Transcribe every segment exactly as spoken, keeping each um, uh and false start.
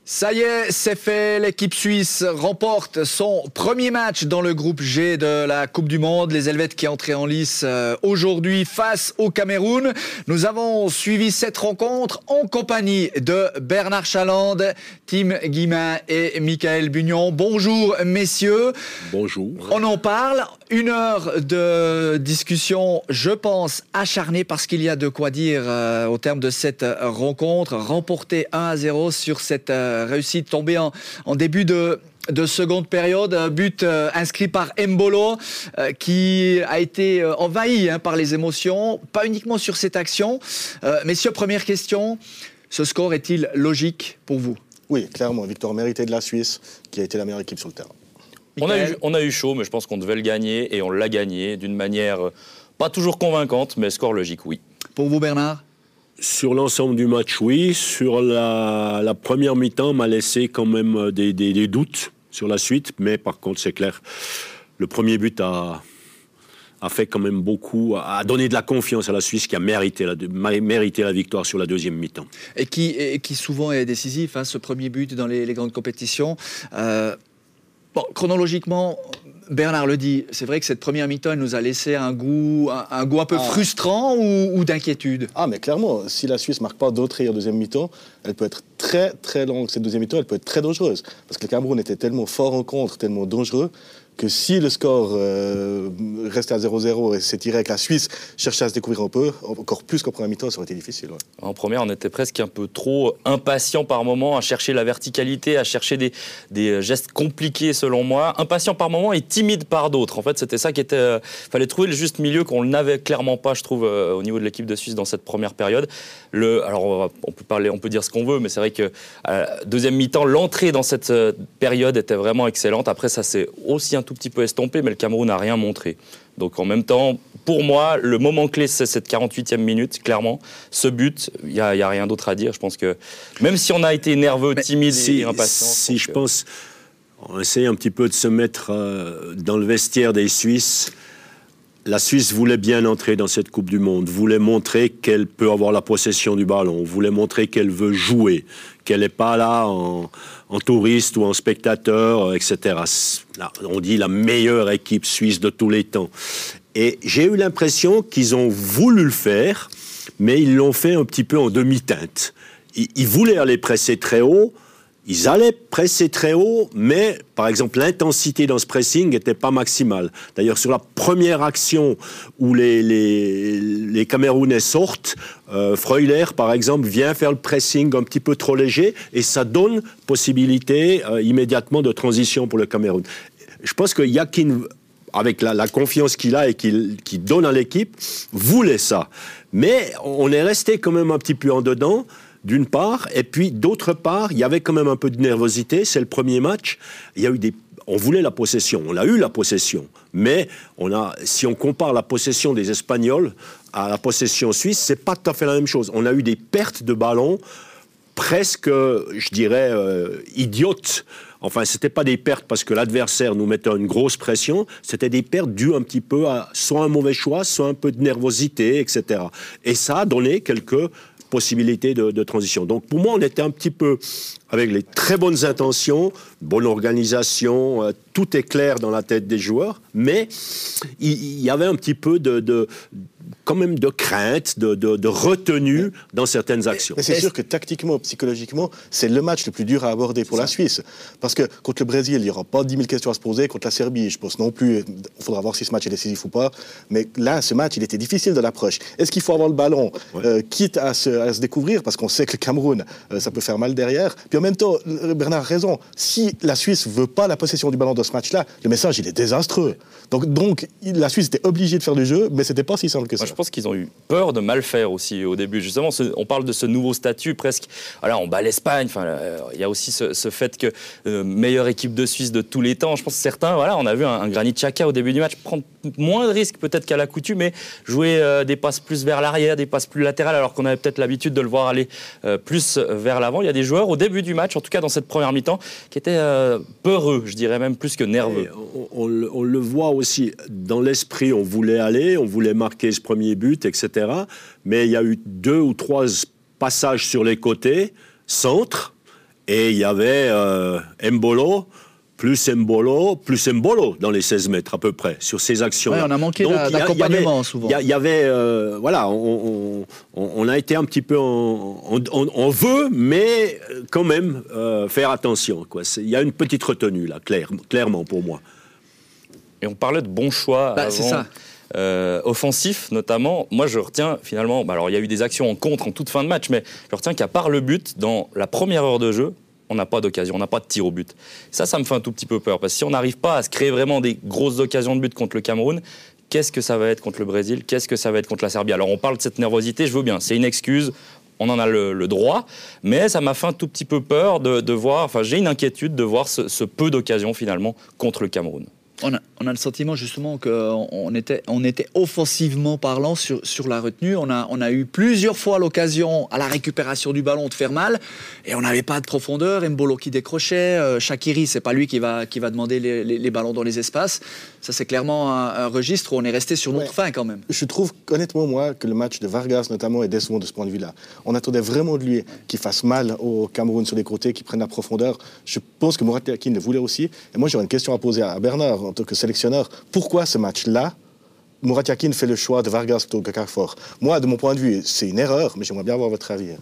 Ça y est, c'est fait. L'équipe suisse remporte son premier match dans le groupe G de la Coupe du Monde. Les Helvètes qui entraient en lice aujourd'hui face au Cameroun. Nous avons suivi cette rencontre en compagnie de Bernard Chalande, Tim Guillemin et Michael Bugnon. Bonjour messieurs. Bonjour. On en parle. Une heure de discussion, je pense, acharnée parce qu'il y a de quoi dire euh, au terme de cette rencontre. Remporté un à zéro sur cette euh, réussite tombée en, en début de, de seconde période. Un but euh, inscrit par Mbolo euh, qui a été euh, envahi hein, par les émotions, pas uniquement sur cette action. Euh, messieurs, première question, ce score est-il logique pour vous ? Oui, clairement, victoire méritée de la Suisse qui a été la meilleure équipe sur le terrain. On a, eu, on a eu chaud, mais je pense qu'on devait le gagner et on l'a gagné d'une manière euh, pas toujours convaincante, mais score logique, oui. Pour vous, Bernard ? Sur l'ensemble du match, oui. Sur la, la première mi-temps, m'a laissé quand même des, des, des doutes sur la suite, mais par contre, c'est clair, le premier but a, a fait quand même beaucoup, a donné de la confiance à la Suisse qui a mérité la, mérité la victoire sur la deuxième mi-temps. Et qui, et qui souvent est décisif, hein, ce premier but dans les, les grandes compétitions. Euh, Bon, chronologiquement, Bernard le dit, c'est vrai que cette première mi-temps, elle nous a laissé un goût un, un, goût un peu ah. frustrant ou, ou d'inquiétude. Ah, mais clairement, si la Suisse ne marque pas d'autres en deuxième mi-temps, elle peut être très, très longue. Cette deuxième mi-temps, elle peut être très dangereuse. Parce que le Cameroun était tellement fort en contre, tellement dangereux, que si le score euh, restait à zéro zéro et s'étirait, que la Suisse cherchait à se découvrir un peu, encore plus qu'en première mi-temps, ça aurait été difficile. Ouais. En première, on était presque un peu trop impatient par moment à chercher la verticalité, à chercher des, des gestes compliqués selon moi. Impatient par moment et timide par d'autres. En fait, c'était ça qui était... Il euh, fallait trouver le juste milieu qu'on n'avait clairement pas, je trouve, euh, au niveau de l'équipe de Suisse dans cette première période. Le, alors, on, va, on, peut parler, on peut dire ce qu'on veut, mais c'est vrai que euh, deuxième mi-temps, l'entrée dans cette euh, période était vraiment excellente. Après, ça s'est aussi un tout petit peu estompé, mais le Cameroun n'a rien montré. Donc en même temps, pour moi, le moment clé, c'est cette quarante-huitième minute, clairement. Ce but, il n'y a, a rien d'autre à dire. Je pense que même si on a été nerveux, mais timide si, et impatient... Si je que... pense, on essaie un petit peu de se mettre euh, dans le vestiaire des Suisses. La Suisse voulait bien entrer dans cette Coupe du Monde, voulait montrer qu'elle peut avoir la possession du ballon, voulait montrer qu'elle veut jouer, qu'elle n'est pas là en, en touriste ou en spectateur, et cetera. Là, on dit la meilleure équipe suisse de tous les temps. Et j'ai eu l'impression qu'ils ont voulu le faire, mais ils l'ont fait un petit peu en demi-teinte. Ils, ils voulaient aller presser très haut. Ils allaient presser très haut, mais, par exemple, l'intensité dans ce pressing n'était pas maximale. D'ailleurs, sur la première action où les, les, les Camerounais sortent, euh, Freuler, par exemple, vient faire le pressing un petit peu trop léger, et ça donne possibilité euh, immédiatement de transition pour le Cameroun. Je pense que Yakin, avec la, la confiance qu'il a et qu'il, qu'il donne à l'équipe, voulait ça. Mais on est resté quand même un petit peu en dedans, d'une part, et puis d'autre part, il y avait quand même un peu de nervosité. C'est le premier match. Il y a eu des, on voulait la possession, on a eu la possession, mais on a, si on compare la possession des Espagnols à la possession suisse, c'est pas tout à fait la même chose. On a eu des pertes de ballon presque, je dirais, euh, idiotes. Enfin, c'était pas des pertes parce que l'adversaire nous mettait une grosse pression, c'était des pertes dues un petit peu à soit un mauvais choix, soit un peu de nervosité, et cetera. Et ça a donné quelques possibilités de, de transition. Donc pour moi, on était un petit peu avec les très bonnes intentions, bonne organisation, euh, tout est clair dans la tête des joueurs, mais il, il y avait un petit peu de, de quand même de crainte, de, de, de retenue dans certaines actions. Mais, mais c'est sûr que tactiquement, psychologiquement, c'est le match le plus dur à aborder pour la Suisse. Parce que contre le Brésil, il n'y aura pas dix mille questions à se poser. Contre la Serbie, je pense non plus. Il faudra voir si ce match est décisif ou pas. Mais là, ce match, il était difficile de l'approche. Est-ce qu'il faut avoir le ballon, ouais. euh, quitte à se, à se découvrir, parce qu'on sait que le Cameroun, euh, ça peut faire mal derrière. Puis en même temps, Bernard a raison. Si la Suisse ne veut pas la possession du ballon dans ce match-là, le message, il est désastreux. Donc, donc la Suisse était obligée de faire du jeu, mais ce n'était pas si simple que ça. Moi, je pense qu'ils ont eu peur de mal faire aussi au début. Justement, ce, on parle de ce nouveau statut presque. Voilà, on bat l'Espagne. Enfin, euh, il y a aussi ce, ce fait que euh, meilleure équipe de Suisse de tous les temps. Je pense que certains, voilà, on a vu un, un Granit Xhaka au début du match prendre moins de risques peut-être qu'à l'accoutumée, mais jouer euh, des passes plus vers l'arrière, des passes plus latérales, alors qu'on avait peut-être l'habitude de le voir aller euh, plus vers l'avant. Il y a des joueurs au début du match, en tout cas dans cette première mi-temps, qui étaient euh, peureux, je dirais même plus que nerveux. On, on, on le voit aussi dans l'esprit. On voulait aller, on voulait marquer ce premier but, et cetera. Mais il y a eu deux ou trois passages sur les côtés, centre, Et il y avait euh, Mbolo, plus Mbolo, plus Mbolo dans les seize mètres à peu près, sur ces actions-là. Ouais, on a manqué Donc, la, d'accompagnement y avait, souvent. Il y, y avait, euh, voilà, on, on, on a été un petit peu en, on, on veut, mais quand même euh, faire attention. Il y a une petite retenue là, clair, clairement pour moi. Et on parlait de bons choix bah, avant. C'est ça. Euh, offensif notamment, moi je retiens finalement, bah alors il y a eu des actions en contre en toute fin de match, mais je retiens qu'à part le but, dans la première heure de jeu, on n'a pas d'occasion, on n'a pas de tir au but. Ça, ça me fait un tout petit peu peur, parce que si on n'arrive pas à se créer vraiment des grosses occasions de but contre le Cameroun, qu'est-ce que ça va être contre le Brésil? Qu'est-ce que ça va être contre la Serbie? Alors on parle de cette nervosité, je veux bien, c'est une excuse, on en a le, le droit, mais ça m'a fait un tout petit peu peur de, de voir, enfin j'ai une inquiétude de voir ce, ce peu d'occasions finalement contre le Cameroun. On a, on a le sentiment justement qu'on était, on était offensivement parlant sur, sur la retenue. On a, on a eu plusieurs fois l'occasion à la récupération du ballon de faire mal et on n'avait pas de profondeur. Mbolo qui décrochait, euh, Shaqiri, c'est pas lui qui va, qui va demander les, les, les ballons dans les espaces. Ça, c'est clairement un, un registre où on est resté sur notre ouais. fin quand même. Je trouve honnêtement, moi, que le match de Vargas notamment est décevant de ce point de vue-là. On attendait vraiment de lui qu'il fasse mal au Cameroun sur les côtés, qu'il prenne la profondeur. Je pense que Mourad Yakin le voulait aussi. Et moi, j'aurais une question à poser à Bernard en tant que sélectionneur. Pourquoi ce match-là, Mourad Yakin fait le choix de Vargas plutôt que Carfor? Moi, de mon point de vue, c'est une erreur, mais j'aimerais bien avoir votre avis.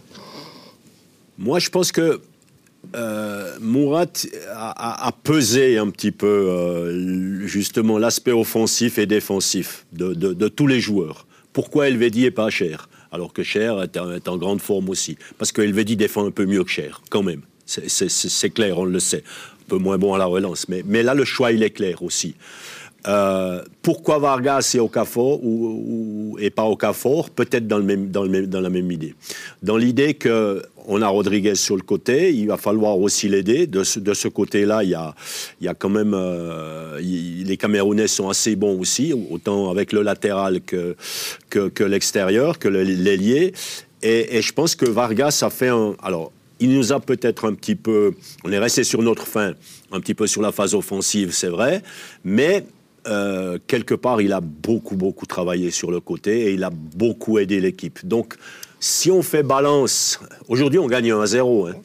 Moi, je pense que euh, Mourad a, a, a pesé un petit peu euh, justement l'aspect offensif et défensif de, de, de tous les joueurs. Pourquoi Elvedi et pas Cher? Alors que Cher est, est en grande forme aussi. Parce que Elvedi défend un peu mieux que Cher, quand même. C'est, c'est, c'est clair, on le sait. Un peu moins bon à la relance. Mais, mais là, le choix, il est clair aussi. Euh, pourquoi Vargas et Okafor ou, ou, et pas Okafor? Peut-être dans, le même, dans, le même, dans la même idée. Dans l'idée qu'on a Rodriguez sur le côté, il va falloir aussi l'aider. De ce, de ce côté-là, il y a, il y a quand même... Euh, il, les Camerounais sont assez bons aussi, autant avec le latéral que, que, que l'extérieur, que l'ailier. Et, et je pense que Vargas a fait un... Alors, il nous a peut-être un petit peu... On est resté sur notre fin, un petit peu sur la phase offensive, c'est vrai, mais... Euh, quelque part, il a beaucoup, beaucoup travaillé sur le côté et il a beaucoup aidé l'équipe. Donc, si on fait balance... Aujourd'hui, on gagne un à zéro. Hein.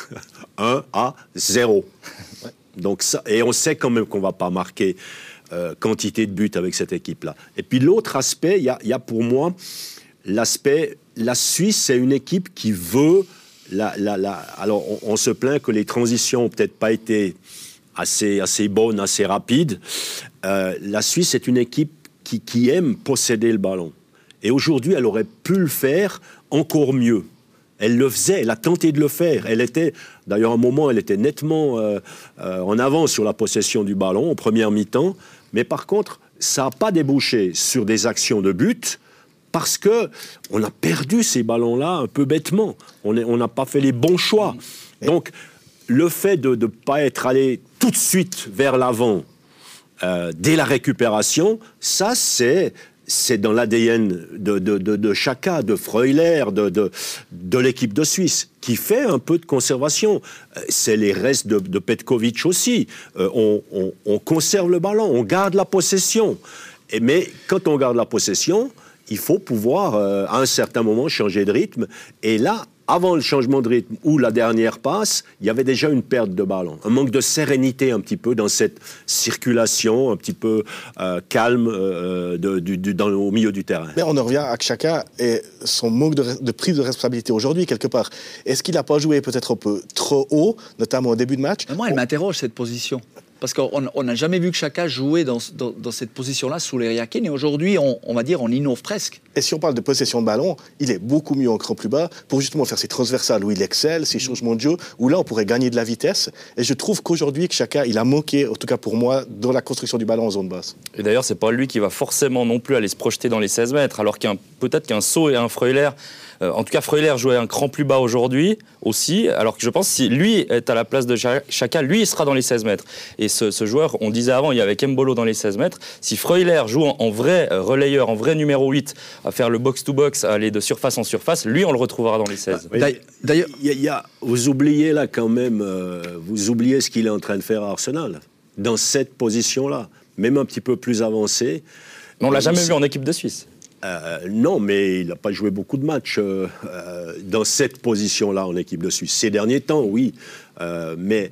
un à zéro. Donc ça, et on sait quand même qu'on ne va pas marquer euh, quantité de buts avec cette équipe-là. Et puis, l'autre aspect, il y a, y a pour moi l'aspect... La Suisse, c'est une équipe qui veut... La, la, la, alors, on, on se plaint que les transitions n'ont peut-être pas été... Assez, assez bonne, assez rapide. Euh, la Suisse est une équipe qui, qui aime posséder le ballon. Et aujourd'hui, elle aurait pu le faire encore mieux. Elle le faisait, elle a tenté de le faire. Elle était, d'ailleurs, à un moment, elle était nettement euh, euh, en avance sur la possession du ballon, en première mi-temps. Mais par contre, ça n'a pas débouché sur des actions de but, parce qu'on a perdu ces ballons-là un peu bêtement. On n'a pas fait les bons choix. Donc, le fait de ne pas être allé tout de suite vers l'avant euh, dès la récupération, ça, c'est, c'est dans l'A D N de, de, de, de Xhaka, de Freuler, de, de, de l'équipe de Suisse, qui fait un peu de conservation. C'est les restes de, de Petkovic aussi. Euh, on, on, on conserve le ballon, on garde la possession. Et, mais quand on garde la possession, il faut pouvoir, euh, à un certain moment, changer de rythme. Et là, avant le changement de rythme ou la dernière passe, il y avait déjà une perte de ballon. Un manque de sérénité un petit peu dans cette circulation un petit peu euh, calme euh, de, du, du, dans, au milieu du terrain. Mais on en revient à Xhaka et son manque de, de prise de responsabilité aujourd'hui, quelque part. Est-ce qu'il n'a pas joué peut-être un peu trop haut, notamment au début de match? Mais moi, elle on... m'interroge, cette position. Parce qu'on n'a jamais vu Xhaka jouer dans, dans, dans cette position-là sous les Yakin. Et aujourd'hui, on, on va dire, on innove presque. Et si on parle de possession de ballon, il est beaucoup mieux en cran plus bas pour justement faire ses transversales où il excelle, ses changements de jeu, où là, on pourrait gagner de la vitesse. Et je trouve qu'aujourd'hui, Xhaka, il a manqué, en tout cas pour moi, dans la construction du ballon en zone basse. Et d'ailleurs, c'est pas lui qui va forcément non plus aller se projeter dans les seize mètres, alors qu'un, peut-être qu'un Sceaux et un Freuler... Euh, en tout cas, Freuler jouait un cran plus bas aujourd'hui aussi, alors que je pense que si lui est à la place de Xhaka, lui, il sera dans les seize mètres. Et ce, ce joueur, on disait avant, il y avait Mbolo dans les seize mètres. Si Freuler joue en, en vrai relayeur, en vrai numéro huit, à faire le box-to-box, à aller de surface en surface, lui, on le retrouvera dans les seize. Ah, d'ailleurs, y a, y a, vous oubliez là quand même, euh, vous oubliez ce qu'il est en train de faire à Arsenal, dans cette position-là, même un petit peu plus avancé. Mais on ne l'a jamais vu en équipe de Suisse. Euh, non, mais il n'a pas joué beaucoup de matchs euh, euh, dans cette position-là en équipe de Suisse. Ces derniers temps, oui. Euh, mais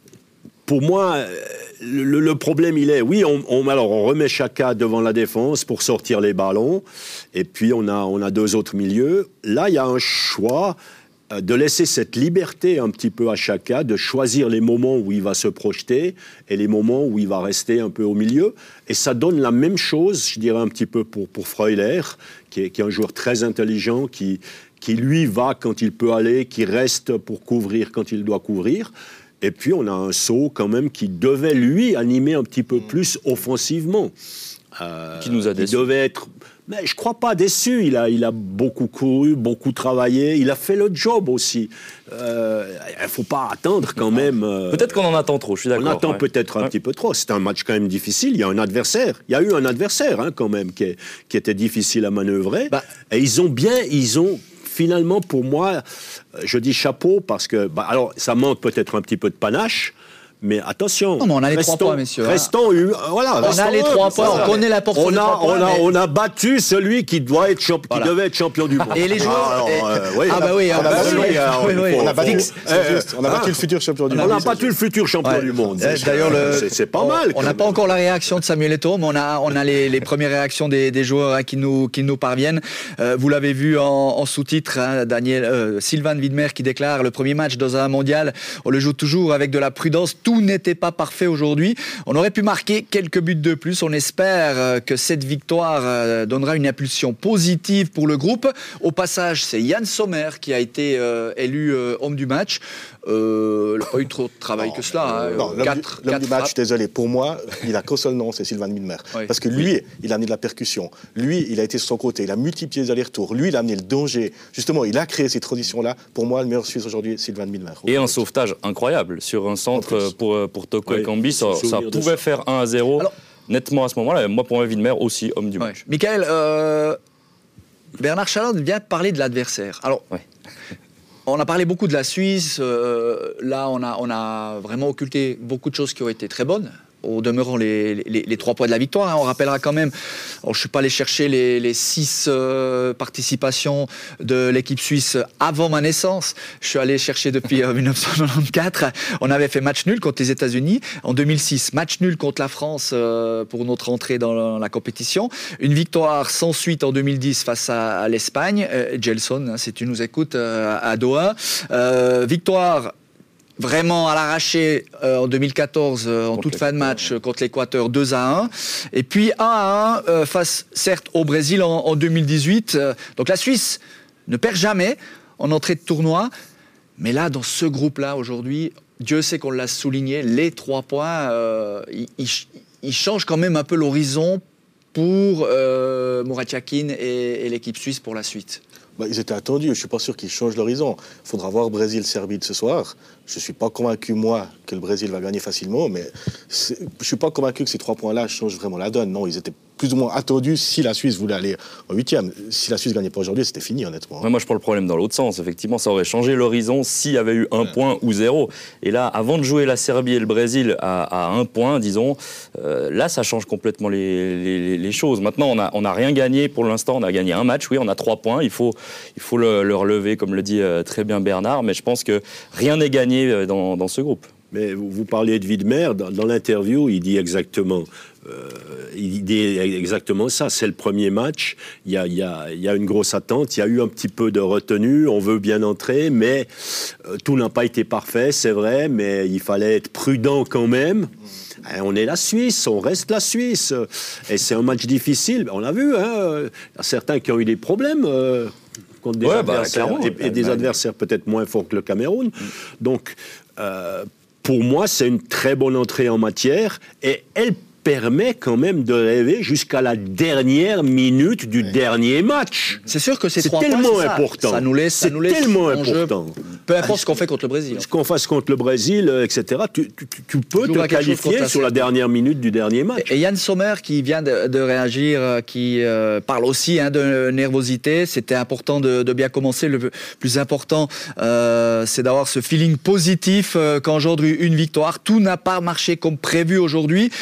pour moi, le, le problème, il est, oui, on, on, alors on remet Xhaka devant la défense pour sortir les ballons, et puis on a, on a deux autres milieux. Là, il y a un choix de laisser cette liberté un petit peu à Xhaka, de choisir les moments où il va se projeter et les moments où il va rester un peu au milieu. Et ça donne la même chose, je dirais un petit peu pour, pour Freuler, qui est, qui est un joueur très intelligent, qui, qui lui va quand il peut aller, qui reste pour couvrir quand il doit couvrir. Et puis on a un Sow quand même qui devait lui animer un petit peu plus offensivement. Euh, qui nous a déçus. Il devait être... Mais je ne crois pas déçu. Il a, il a beaucoup couru, beaucoup travaillé. Il a fait le job aussi. Euh, il ne faut pas attendre quand même. Euh, peut-être qu'on en attend trop, je suis d'accord. On attend ouais. peut-être un ouais. petit peu trop. C'est un match quand même difficile. Il y a un adversaire. Il y a eu un adversaire hein, quand même qui, est, qui était difficile à manœuvrer. Bah, Et ils ont bien... Ils ont, finalement, pour moi, je dis chapeau parce que... Bah, alors, ça manque peut-être un petit peu de panache. Mais attention, non, mais on a les restons, trois points, messieurs. Restons, hein. voilà, on restons a les trois points, voilà. on connaît la portée on des a, trois points. On a, mais... on a battu celui qui, doit être champ... voilà. qui devait être champion du monde. Et les joueurs... Ah, alors, et... euh, oui, ah bah oui, on a battu, oui, oui, oui, on a battu, euh, on a battu le futur champion du on monde. On a battu le futur champion ouais. du monde. D'ailleurs, le... c'est, c'est pas on, mal. On n'a pas encore la réaction de Samuel Eto'o, mais on a, on a les, les premières réactions des, des joueurs hein, qui, nous, qui nous parviennent. Euh, vous l'avez vu en, en sous-titre, hein, Daniel, euh, Sylvain Widmer qui déclare le premier match dans un mondial, on le joue toujours avec de la prudence. Tout n'était pas parfait aujourd'hui. On aurait pu marquer quelques buts de plus. On espère que cette victoire donnera une impulsion positive pour le groupe. Au passage, c'est Yann Sommer qui a été euh, élu euh, homme du match. Euh, il n'a pas eu trop de travail non, que cela. Hein. Non, l'homme, quatre, du, l'homme du match, je suis désolé. Pour moi, il a qu'un seul nom, c'est Sylvain Widmer. Oui. Parce que lui, oui. il a amené de la percussion. Lui, il a été sur son côté. Il a multiplié les allers-retours. Lui, il a amené le danger. Justement, il a créé ces transitions-là. Pour moi, le meilleur Suisse aujourd'hui, Sylvain Widmer. Et un sauvetage incroyable sur un centre pour, pour Toko oui. Ekambi. Ça, ça pouvait faire un à zéro. Alors, nettement à ce moment-là. Moi, pour moi, Widmer aussi, homme du ouais. match. Michael, euh, Bernard Chalande vient de parler de l'adversaire. Alors... Ouais. On a parlé beaucoup de la Suisse. Euh, là, on a, on a vraiment occulté beaucoup de choses qui ont été très bonnes. Au demeurant, les, les, les trois points de la victoire. Hein. On rappellera quand même, alors, je ne suis pas allé chercher les, les six euh, participations de l'équipe suisse avant ma naissance. Je suis allé chercher depuis euh, dix-neuf cent quatre-vingt-quatorze. On avait fait match nul contre les États-Unis. En deux mille six, match nul contre la France euh, pour notre entrée dans la, la compétition. Une victoire sans suite en deux mille dix face à, à l'Espagne. Euh, Gelson, hein, si tu nous écoutes, euh, à Doha. Euh, victoire... Vraiment à l'arraché euh, en deux mille quatorze, euh, en toute fin de match, euh, contre l'Équateur, deux à un. Et puis un à un euh, face, certes, au Brésil en, en deux mille dix-huit. Euh, donc la Suisse ne perd jamais en entrée de tournoi. Mais là, dans ce groupe-là, aujourd'hui, Dieu sait qu'on l'a souligné, les trois points, euh, ils, ils, ils changent quand même un peu l'horizon pour euh, Murat Yakin et, et l'équipe suisse pour la suite. Bah, ils étaient attendus, je ne suis pas sûr qu'ils changent l'horizon. Il faudra voir Brésil-Serbie de ce soir. Je ne suis pas convaincu, moi, que le Brésil va gagner facilement, mais je ne suis pas convaincu que ces trois points-là changent vraiment la donne. Non, ils étaient plus ou moins attendus si la Suisse voulait aller en huitième. Si la Suisse ne gagnait pas aujourd'hui, c'était fini, honnêtement. Ouais, moi, je prends le problème dans l'autre sens. Effectivement, ça aurait changé l'horizon s'il y avait eu un ouais. point ou zéro. Et là, avant de jouer la Serbie et le Brésil à, à un point, disons, euh, là, ça change complètement les, les, les choses. Maintenant, on n'a on a rien gagné pour l'instant. On a gagné un match, oui, on a trois points. Il faut, il faut le, le relever, comme le dit euh, très bien Bernard. Mais je pense que rien n'est gagné dans, dans ce groupe. Mais vous, vous parliez de Widmer, dans, dans l'interview, il dit exactement, euh, il dit exactement ça. C'est le premier match, il y a, il y a, il y a une grosse attente, il y a eu un petit peu de retenue, on veut bien entrer, mais euh, tout n'a pas été parfait, c'est vrai, mais il fallait être prudent quand même. Et on est la Suisse, on reste la Suisse, et c'est un match difficile. On l'a vu, hein, il y a certains qui ont eu des problèmes. Euh, contre des ouais, adversaires, bah, et, et des bah, adversaires peut-être moins forts que le Cameroun. Mm. Donc, euh, pour moi, c'est une très bonne entrée en matière et elle permet quand même de rêver jusqu'à la dernière minute du oui. dernier match. C'est sûr que ces c'est trois tellement points, c'est important. Ça. Ça nous laisse, c'est ça nous laisse tellement important. Peu importe ce qu'on fait contre le Brésil. Ce qu'on fasse contre le Brésil, et cetera. Tu, tu, tu peux te qualifier sur la dernière minute du dernier match. Et Yann Sommer qui vient de, de réagir, qui euh, parle aussi hein, de nervosité. C'était important de, de bien commencer. Le plus important, euh, c'est d'avoir ce feeling positif euh, qu'engendre une victoire. Tout n'a pas marché comme prévu aujourd'hui. Et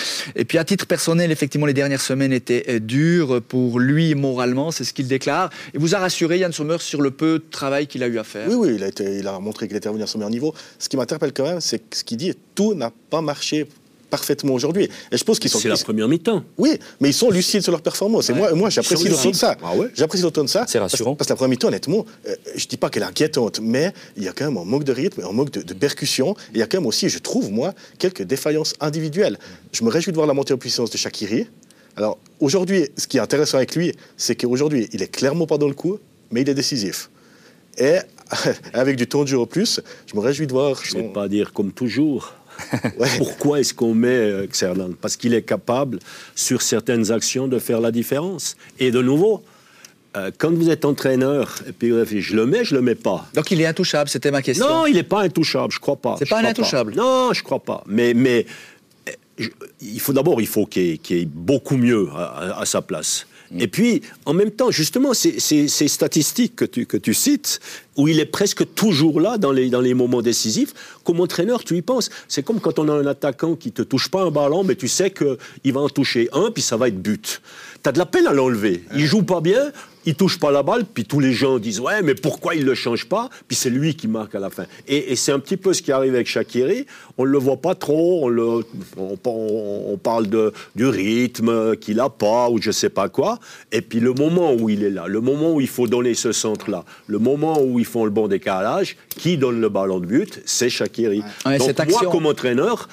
puis à titre personnel, effectivement, les dernières semaines étaient dures pour lui moralement, c'est ce qu'il déclare. Il vous a rassuré, Yann Sommer, sur le peu de travail qu'il a eu à faire? Oui, oui, il a, été, il a montré qu'il était revenu à son meilleur niveau. Ce qui m'interpelle quand même, c'est que ce qu'il dit, tout n'a pas marché parfaitement aujourd'hui. Et je pense qu'ils sont. C'est la première mi-temps. Oui, mais ils sont lucides sur leur performance. Et ouais. moi, moi j'apprécie d'autant de ça. Ah ouais. J'apprécie d'autant de ça. C'est rassurant. Parce, parce que la première mi-temps, honnêtement, euh, je dis pas qu'elle est inquiétante, mais il y a quand même un manque de rythme, un manque de, de percussion. Et il y a quand même aussi, je trouve, moi, quelques défaillances individuelles. Je me réjouis de voir la montée en puissance de Shaqiri. Alors, aujourd'hui, ce qui est intéressant avec lui, c'est qu'aujourd'hui, il est clairement pas dans le coup, mais il est décisif. Et avec du temps de jeu en plus, je me réjouis de voir. Je son... ne vais pas dire comme toujours. Ouais. Pourquoi est-ce qu'on met Xherdan? Parce qu'il est capable, sur certaines actions, de faire la différence. Et de nouveau, euh, quand vous êtes entraîneur, et puis je le mets, je le mets pas. Donc il est intouchable, c'était ma question. Non, il n'est pas intouchable, je crois pas. C'est je pas un crois intouchable? Pas. Non, je crois pas. Mais, mais je, il faut d'abord, il faut qu'il y ait, qu'il y ait beaucoup mieux à, à, à sa place. Et puis, en même temps, justement, ces, ces, ces statistiques que tu, que tu cites, où il est presque toujours là dans les, dans les moments décisifs, comme entraîneur, tu y penses. C'est comme quand on a un attaquant qui ne te touche pas un ballon, mais tu sais qu'il va en toucher un, puis ça va être but. Tu as de la peine à l'enlever. Il ne joue pas bien, il ne touche pas la balle, puis tous les gens disent « Ouais, mais pourquoi il ne le change pas ?» Puis c'est lui qui marque à la fin. Et, et c'est un petit peu ce qui arrive avec Shaqiri. On ne le voit pas trop, on, le, on, on, on parle de, du rythme qu'il n'a pas, ou je ne sais pas quoi. Et puis le moment où il est là, le moment où il faut donner ce centre-là, le moment où ils font le bon décalage, qui donne le ballon de but? C'est Shaqiri. Ouais, Donc cette moi, action... comme entraîneur,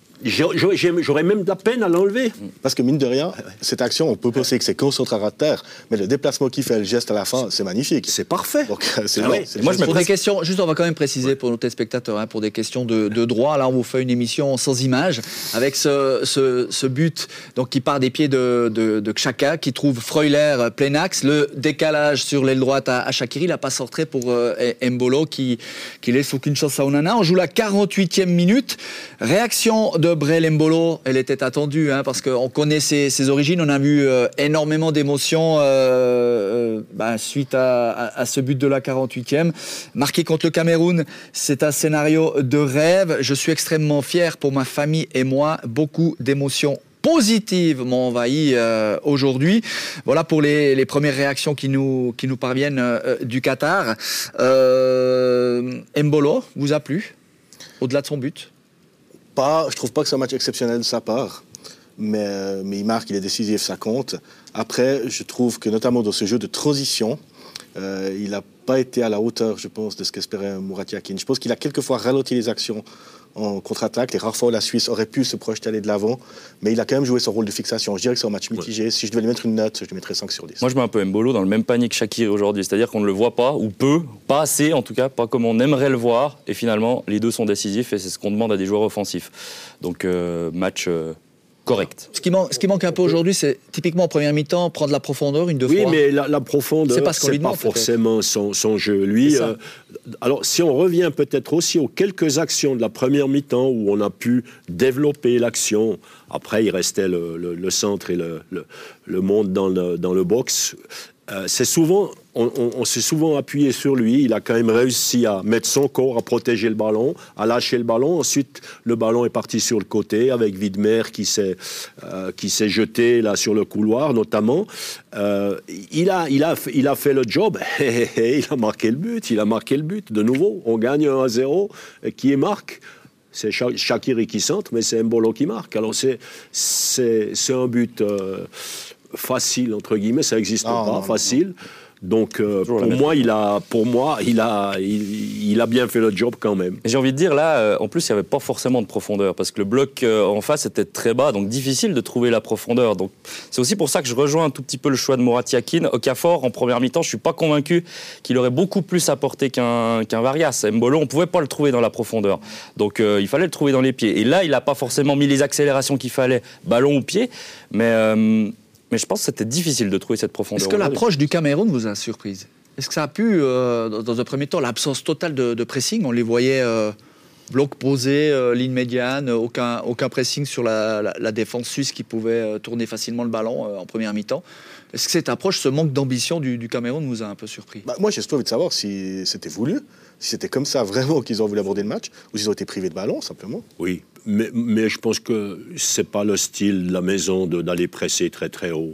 j'aurais même de la peine à l'enlever. Parce que mine de rien, cette action, on peut penser que c'est concentré à terre, mais le déplacement qu'il fait, le geste à la fin, c'est magnifique. C'est parfait. Donc, c'est Ah bon, ouais. c'est Moi, je me pour presque... des questions, juste on va quand même préciser ouais. pour nos téléspectateurs, hein, pour des questions de, de droit. Là, on vous fait une émission sans images avec ce, ce, ce but donc qui part des pieds de, de, de Xhaka, qui trouve Freuler plein axe, le décalage sur l'aile droite à, à Shaqiri, la passe entrée pour euh, Embolo qui, qui laisse aucune chance à Onana. On joue la quarante-huitième minute. Réaction de Brel Embolo. Elle était attendue, hein, parce qu'on connaît ses, ses origines. On a vu euh, énormément d'émotions euh, euh, bah, suite à, à, à ce but de la quarante-huitième. Marqué contre le Cameroun, c'est un scénario de rêve. Je suis extrêmement fier pour ma famille et moi. Beaucoup d'émotions positives m'ont envahi euh, aujourd'hui. Voilà pour les, les premières réactions qui nous, qui nous parviennent euh, du Qatar. Euh, Embolo, vous a plu, au-delà de son but? Pas, je trouve pas que c'est un match exceptionnel de sa part, mais, mais il marque, il est décisif, ça compte. Après, je trouve que notamment dans ce jeu de transition, euh, il n'a pas été à la hauteur, je pense, de ce qu'espérait Murat Yakin. Je pense qu'il a quelquefois ralenti les actions en contre-attaque. Les rares fois où la Suisse aurait pu se projeter aller de l'avant, mais il a quand même joué son rôle de fixation. Je dirais que c'est un match mitigé. Ouais. Si je devais lui mettre une note, je lui mettrais cinq sur dix. Moi, je mets un peu Embolo dans le même panier que Shaqiri aujourd'hui. C'est-à-dire qu'on ne le voit pas, ou peu, pas assez en tout cas, pas comme on aimerait le voir. Et finalement, les deux sont décisifs et c'est ce qu'on demande à des joueurs offensifs. Donc, euh, match... Euh correct. Ce qui, manque, ce qui manque un peu aujourd'hui, c'est typiquement en première mi-temps, prendre la profondeur, une deux oui, fois. Oui, mais la, la profondeur, c'est pas, ce c'est pas forcément son, son jeu. Lui, euh, alors si on revient peut-être aussi aux quelques actions de la première mi-temps où on a pu développer l'action, après il restait le, le, le centre et le, le, le monde dans le, dans le box. Euh, c'est souvent, on, on, on s'est souvent appuyé sur lui. Il a quand même réussi à mettre son corps, à protéger le ballon, à lâcher le ballon. Ensuite, le ballon est parti sur le côté avec Widmer qui s'est, euh, qui s'est jeté là sur le couloir, notamment. Euh, il a, il a, il a fait le job. Il a marqué le but. Il a marqué le but. De nouveau, on gagne un à zéro. Qui est marque? C'est Shaqiri qui centre, mais c'est Embolo qui marque. Alors c'est, c'est, c'est un but. Euh, facile entre guillemets, ça n'existe pas, non, facile. Non. Donc euh, pour moi, il a, pour moi, il a, il, il a bien fait le job quand même. J'ai envie de dire là, euh, en plus, il n'y avait pas forcément de profondeur parce que le bloc euh, en face était très bas, donc difficile de trouver la profondeur. Donc c'est aussi pour ça que je rejoins un tout petit peu le choix de Murat Yakin. Okafor en première mi-temps, je suis pas convaincu qu'il aurait beaucoup plus apporté qu'un qu'un Varias. Embolo, on pouvait pas le trouver dans la profondeur, donc euh, il fallait le trouver dans les pieds. Et là, il a pas forcément mis les accélérations qu'il fallait, ballon ou pied, mais euh, Mais je pense que c'était difficile de trouver cette profondeur. Est-ce que l'approche du Cameroun vous a surprise? Est-ce que ça a pu, euh, dans un premier temps, l'absence totale de, de pressing, on les voyait euh, bloc posé, euh, ligne médiane, aucun, aucun pressing sur la, la, la défense suisse qui pouvait euh, tourner facilement le ballon euh, en première mi-temps. Est-ce que cette approche, ce manque d'ambition du, du Cameroun nous a un peu surpris? Bah, moi, j'ai surtout envie de savoir si c'était voulu, si c'était comme ça vraiment qu'ils ont voulu aborder le match, ou s'ils ont été privés de ballon, simplement. Oui, mais, mais je pense que c'est pas le style de la maison de, d'aller presser très très haut,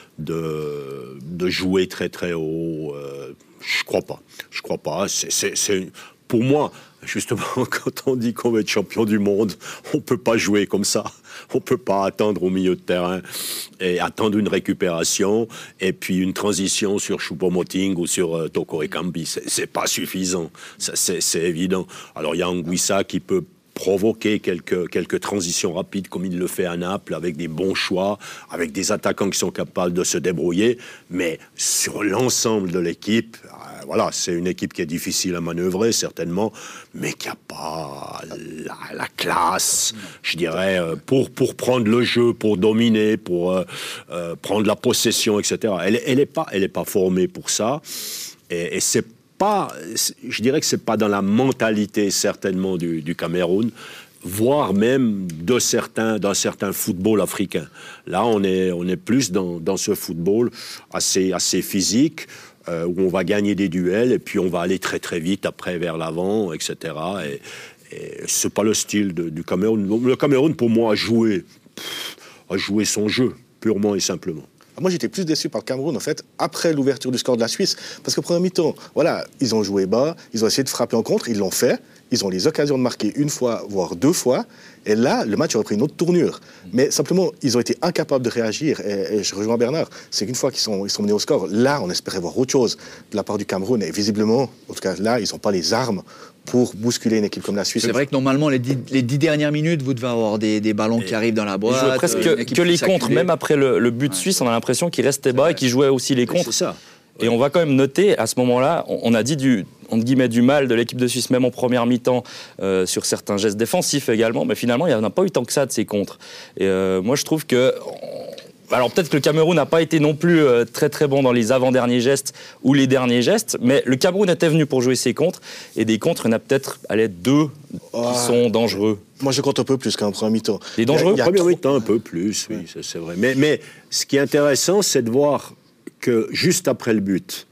de, de jouer très très haut. Euh, je crois pas. Je crois pas. C'est, c'est, c'est, pour moi, justement, quand on dit qu'on va être champion du monde, on peut pas jouer comme ça. On peut pas attendre au milieu de terrain et attendre une récupération et puis une transition sur Choupo-Moting ou sur euh, Toko Ekambi. C'est, c'est pas suffisant. Ça, c'est, c'est évident. Alors il y a Anguissa qui peut provoquer quelques, quelques transitions rapides comme il le fait à Naples, avec des bons choix, avec des attaquants qui sont capables de se débrouiller, mais sur l'ensemble de l'équipe, euh, voilà, c'est une équipe qui est difficile à manœuvrer, certainement, mais qui n'a pas la, la classe, je dirais, euh, pour, pour prendre le jeu, pour dominer, pour euh, euh, prendre la possession, et cetera. Elle n'est elle est pas, elle est pas formée pour ça, et, et c'est pas, je dirais que c'est pas dans la mentalité certainement du, du Cameroun, voire même de certains, d'un certain football africain. Là, on est, on est plus dans, dans ce football assez, assez physique, euh, où on va gagner des duels et puis on va aller très très vite après vers l'avant, et cetera. Et, et c'est pas le style de, du Cameroun. Le Cameroun, pour moi, a joué, pff, a joué son jeu purement et simplement. Moi, j'étais plus déçu par le Cameroun, en fait, après l'ouverture du score de la Suisse. Parce que, première mi-temps, voilà, ils ont joué bas, ils ont essayé de frapper en contre, ils l'ont fait. Ils ont les occasions de marquer une fois, voire deux fois. Et là, le match aurait pris une autre tournure. Mais simplement, ils ont été incapables de réagir. Et, et je rejoins Bernard, c'est qu'une fois qu'ils sont, ils sont menés au score, là, on espérait voir autre chose de la part du Cameroun. Et visiblement, en tout cas, là, ils n'ont pas les armes pour bousculer une équipe comme la Suisse. C'est vrai que normalement, les dix, les dix dernières minutes, vous devez avoir des, des ballons et qui arrivent dans la boîte. Ils jouaient presque que, que les contres. Même après le, le but ouais. suisse, on a l'impression qu'ils restaient bas et qu'ils jouaient aussi les contres. C'est ça. Et on va quand même noter, à ce moment-là, on a dit du, entre guillemets, du mal de l'équipe de Suisse, même en première mi-temps, euh, sur certains gestes défensifs également, mais finalement, il n'y en a pas eu tant que ça de ces contres. Et euh, moi, je trouve que... Alors peut-être que le Cameroun n'a pas été non plus euh, très très bon dans les avant-derniers gestes ou les derniers gestes, mais le Cameroun était venu pour jouer ses contres, et des contres, il y en a peut-être, allez, deux oh, qui sont dangereux. Moi, je compte un peu plus qu'en première mi-temps. Les dangereux? En première mi-temps, un peu plus, oui, ouais. c'est vrai. Mais, mais ce qui est intéressant, c'est de voir que juste après le but,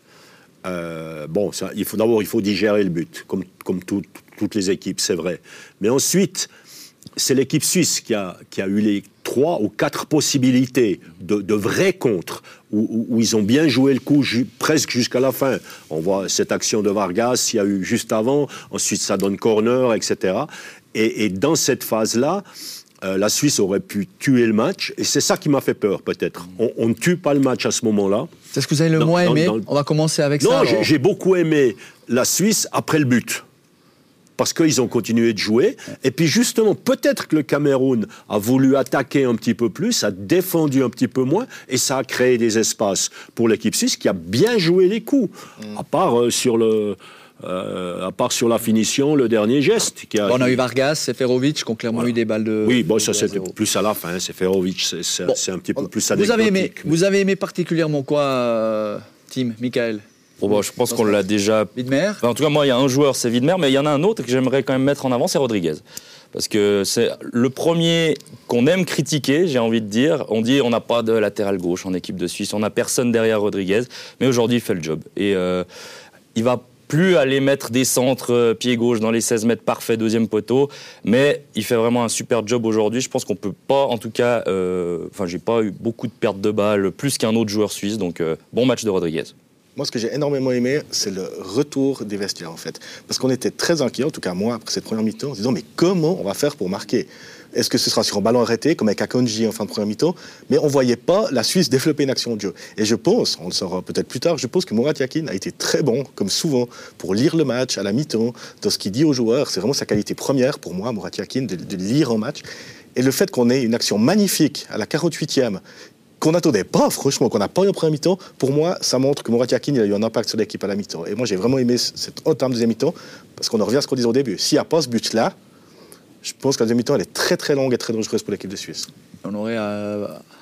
euh, bon, ça, il faut, d'abord, il faut digérer le but, comme, comme tout, toutes les équipes, c'est vrai. Mais ensuite, c'est l'équipe suisse qui a, qui a eu les trois ou quatre possibilités de, de vrais contres, où, où, où ils ont bien joué le coup ju, presque jusqu'à la fin. On voit cette action de Vargas, il y a eu juste avant, ensuite ça donne corner, et cetera. Et, et dans cette phase-là, Euh, la Suisse aurait pu tuer le match, et c'est ça qui m'a fait peur, peut-être. On, on ne tue pas le match à ce moment-là. C'est ce que vous avez le dans, moins aimé dans, dans... On va commencer avec non, ça. Non, j'ai, j'ai beaucoup aimé la Suisse après le but, parce qu'ils ont continué de jouer. Et puis justement, peut-être que le Cameroun a voulu attaquer un petit peu plus, a défendu un petit peu moins, et ça a créé des espaces pour l'équipe suisse qui a bien joué les coups, mm. à part euh, sur le... Euh, à part sur la finition, le dernier geste. Qui a... bon, on a eu Vargas, Seferovic qui ont clairement voilà. eu des balles de. Oui, bon, ça c'était plus à la fin. Seferovic, c'est, c'est, bon, c'est un petit peu plus anecdotique. Vous avez aimé, mais... vous avez aimé particulièrement quoi, euh, Tim, Michael? Bon, bah, je pense qu'on l'a déjà. Widmer. Enfin, en tout cas, moi, il y a un joueur, c'est Widmer, mais il y en a un autre que j'aimerais quand même mettre en avant, c'est Rodriguez. Parce que c'est le premier qu'on aime critiquer, j'ai envie de dire. On dit on n'a pas de latéral gauche en équipe de Suisse, on n'a personne derrière Rodriguez, mais aujourd'hui il fait le job. Et euh, il va plus aller mettre des centres euh, pied gauche dans les seize mètres parfaits, deuxième poteau, mais il fait vraiment un super job aujourd'hui. Je pense qu'on peut pas, en tout cas, euh, enfin j'ai pas eu beaucoup de pertes de balles, plus qu'un autre joueur suisse, donc euh, bon match de Rodriguez. Moi, ce que j'ai énormément aimé, c'est le retour des vestiaires, en fait. Parce qu'on était très inquiets, en tout cas moi, après cette première mi-temps, en se disant, mais comment on va faire pour marquer ? Est-ce que ce sera sur un ballon arrêté, comme avec Akonji en fin de première mi-temps ? Mais on ne voyait pas la Suisse développer une action de jeu. Et je pense, on le saura peut-être plus tard, je pense que Murat Yakin a été très bon, comme souvent, pour lire le match à la mi-temps, dans ce qu'il dit aux joueurs. C'est vraiment sa qualité première, pour moi, Murat Yakin, de, de lire un match. Et le fait qu'on ait une action magnifique à la quarante-huitième, qu'on n'attendait pas, franchement, qu'on n'a pas eu en première mi-temps, pour moi, ça montre que Murat Yakin il a eu un impact sur l'équipe à la mi-temps. Et moi, j'ai vraiment aimé cette entame de deuxième mi-temps, parce qu'on en revient à ce qu'on disait au début. S'il n'y a pas ce but-là, je pense que la deuxième mi-temps, elle est très très longue et très dangereuse pour l'équipe de Suisse. On aurait à,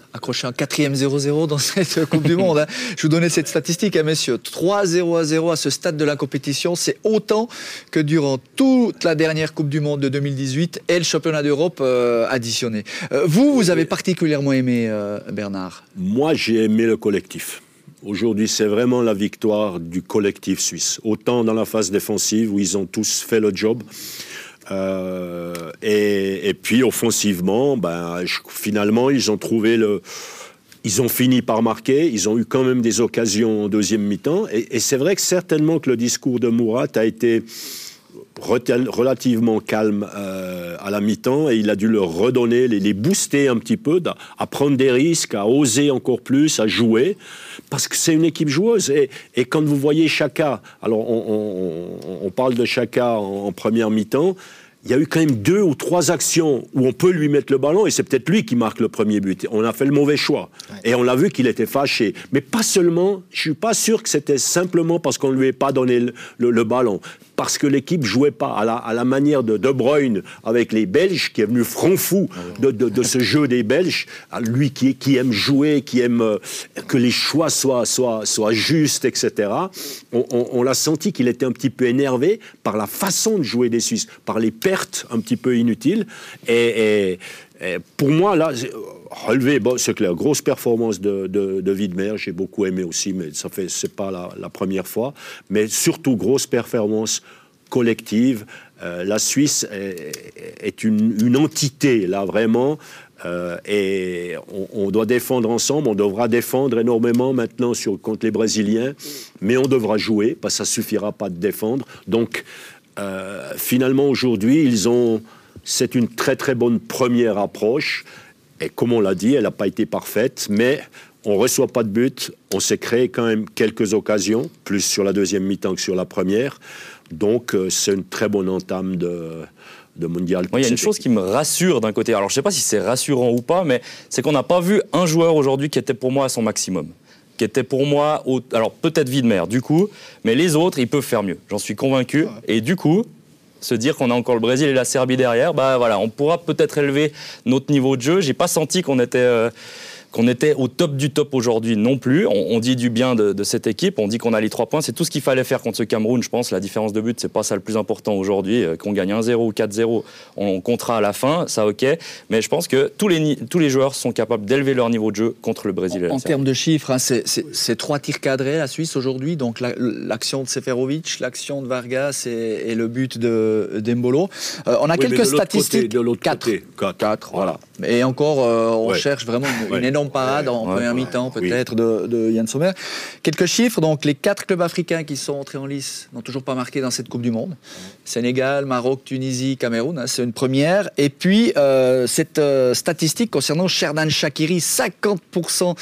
accroché un quatrième zéro zéro dans cette Coupe du Monde. Hein. Je vous donnais cette statistique, hein, messieurs. trois zéro à zéro à ce stade de la compétition. C'est autant que durant toute la dernière Coupe du Monde de deux mille dix-huit et le championnat d'Europe euh, additionné. Euh, vous, vous avez particulièrement aimé, euh, Bernard? Moi, j'ai aimé le collectif. Aujourd'hui, c'est vraiment la victoire du collectif suisse. Autant dans la phase défensive, où ils ont tous fait le job. Euh, et, et puis, offensivement, ben, je, finalement, ils ont trouvé le... Ils ont fini par marquer. Ils ont eu quand même des occasions en deuxième mi-temps. Et, et c'est vrai que certainement que le discours de Murat a été relativement calme euh, à la mi-temps, et il a dû leur redonner, les, les booster un petit peu, à prendre des risques, à oser encore plus, à jouer, parce que c'est une équipe joueuse. Et, et quand vous voyez Xhaka, alors on, on, on parle de Xhaka en, en première mi-temps, il y a eu quand même deux ou trois actions où on peut lui mettre le ballon, et c'est peut-être lui qui marque le premier but. On a fait le mauvais choix. Ouais. Et on l'a vu qu'il était fâché. Mais pas seulement, je suis pas sûr que c'était simplement parce qu'on lui ait pas donné le, le, le ballon. Parce que l'équipe jouait pas à la, à la manière de De Bruyne avec les Belges, qui est venu front fou de, de, de ce jeu des Belges. Lui qui, qui aime jouer, qui aime euh, que les choix soient, soient, soient justes, et cetera. On, on, on l'a senti qu'il était un petit peu énervé par la façon de jouer des Suisses, par les pertes un petit peu inutiles. Et, et, et pour moi, là, relevé, bon, c'est clair, grosse performance de, de, de Widmer, j'ai beaucoup aimé aussi, mais ça fait, c'est pas la, la première fois. Mais surtout, grosse performance collective. Euh, la Suisse est, est une, une entité, là, vraiment. Euh, et on, on doit défendre ensemble, on devra défendre énormément maintenant sur, contre les Brésiliens, mais on devra jouer, parce que ça suffira pas de défendre. Donc, euh, finalement, aujourd'hui, ils ont... C'est une très, très bonne première approche. Et comme on l'a dit, elle n'a pas été parfaite, mais on ne reçoit pas de but. On s'est créé quand même quelques occasions, plus sur la deuxième mi-temps que sur la première. Donc, euh, c'est une très bonne entame de, de mondial. Il y a une chose qui me rassure d'un côté. Alors, je ne sais pas si c'est rassurant ou pas, mais c'est qu'on n'a pas vu un joueur aujourd'hui qui était pour moi à son maximum. Qui était pour moi... Au... Alors, peut-être Widmer, du coup, mais les autres, ils peuvent faire mieux. J'en suis convaincu. Et du coup... se dire qu'on a encore le Brésil et la Serbie derrière, bah voilà, on pourra peut-être élever notre niveau de jeu. J'ai pas senti qu'on était, euh, qu'on était au top du top aujourd'hui non plus. On, on dit du bien de, de cette équipe, on dit qu'on a les trois points. C'est tout ce qu'il fallait faire contre ce Cameroun, je pense. La différence de but, c'est pas ça le plus important aujourd'hui. Euh, qu'on gagne un zéro ou quatre zéro, on comptera à la fin, ça ok. Mais je pense que tous les, tous les joueurs sont capables d'élever leur niveau de jeu contre le Brésil. En, en termes de chiffres, hein, c'est, c'est, c'est trois tirs cadrés, la Suisse aujourd'hui. Donc la, l'action de Seferovic, l'action de Vargas et, et le but de d'Embolo. Euh, on a oui, quelques statistiques. Côté, de l'autre quatre. côté. quatre. quatre, voilà. Et encore, euh, on ouais. cherche vraiment une, ouais. une énorme parade ouais. en ouais. première ouais. mi-temps, peut-être, oui. de, de Yann Sommer. Quelques chiffres. Donc, les quatre clubs africains qui sont entrés en lice n'ont toujours pas marqué dans cette Coupe du Monde. Sénégal, Maroc, Tunisie, Cameroun. Hein, c'est une première. Et puis, euh, cette euh, statistique concernant Xherdan Shaqiri, cinquante pour cent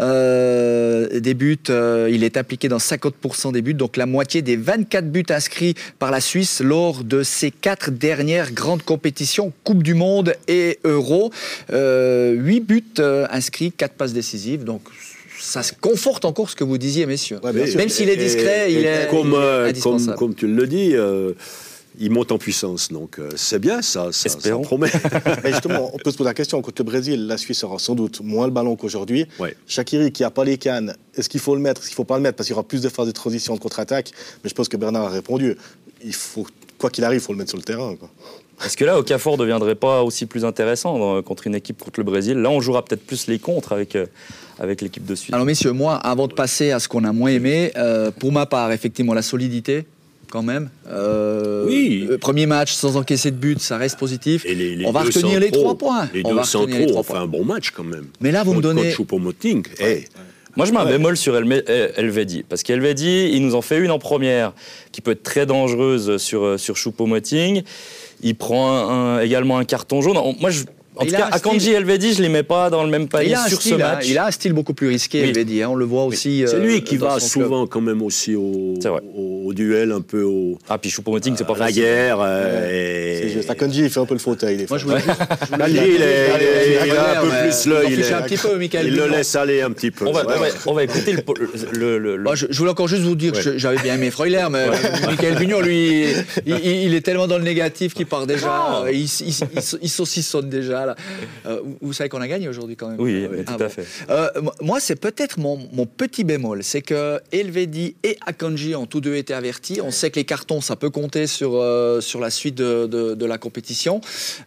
euh, des buts. Euh, il est impliqué dans cinquante pour cent des buts. Donc, la moitié des vingt-quatre buts inscrits par la Suisse lors de ces quatre dernières grandes compétitions, Coupe du Monde et Euro. Euh, huit buts euh, inscrits, quatre passes décisives. Donc, ça se conforte encore ce que vous disiez, messieurs. Ouais, Même sûr. s'il est discret, et, il, est, comme, il est euh, indispensable. Comme, comme tu le dis, euh, il monte en puissance. Donc, euh, c'est bien, ça, ça, ça promet. Et justement, on peut se poser la question. Contre le Brésil, la Suisse aura sans doute moins le ballon qu'aujourd'hui. Ouais. Shaqiri, qui n'a pas les cannes, est-ce qu'il faut le mettre? Est-ce qu'il ne faut pas le mettre? Parce qu'il y aura plus de phases de transition de contre-attaque. Mais je pense que Bernard a répondu. Il faut, quoi qu'il arrive, il faut le mettre sur le terrain, quoi. Est-ce que là, Okafor ne deviendrait pas aussi plus intéressant dans, contre une équipe contre le Brésil? Là, on jouera peut-être plus les contres avec, euh, avec l'équipe de Suisse. Alors, messieurs, moi, avant de passer à ce qu'on a moins aimé, euh, pour ma part, effectivement, la solidité, quand même. Euh, oui. Premier match sans encaisser de but, ça reste positif. Et les, les on va retenir centraux, les trois points. Les on deux va centraux ont fait un bon match, quand même. Mais là, vous contre, me donnez... Contre Choupo-Moting. Hey. Moi, je mets un ouais. bémol sur Elvedi, parce qu'Elvedi, il nous en fait une en première qui peut être très dangereuse sur, sur Choupo-Moting. Il prend un, un, également un carton jaune. Moi, je, en il tout cas, Akanji et Elvedi, je ne les mets pas dans le même panier sur style, ce match. Hein, il a un style beaucoup plus risqué, oui. Elvedi. Hein, on le voit aussi. C'est lui qui euh, va souvent club. quand même aussi au, au, au duel, un peu au. Ah, puis Choupo-Moting, c'est pas la facile. La guerre. Euh, et... C'est juste. Akanji, il fait un peu le fauteuil. Des fois. Moi, je voulais. Il a un peu plus l'œil. Il le laisse aller un petit peu. On va écouter le. Je voulais encore juste vous dire que j'avais bien aimé Freuler, mais Michael Vignon, lui, il est tellement dans le négatif qu'il part déjà. Il saucissonne déjà. voilà. Euh, vous, vous savez qu'on a gagné aujourd'hui quand même. Oui, mais tout ah, à bon. fait. Euh, moi, c'est peut-être mon, mon petit bémol, c'est que Elvedi et Akanji ont tous deux été avertis. On sait que les cartons, ça peut compter sur, euh, sur la suite de, de, de la compétition.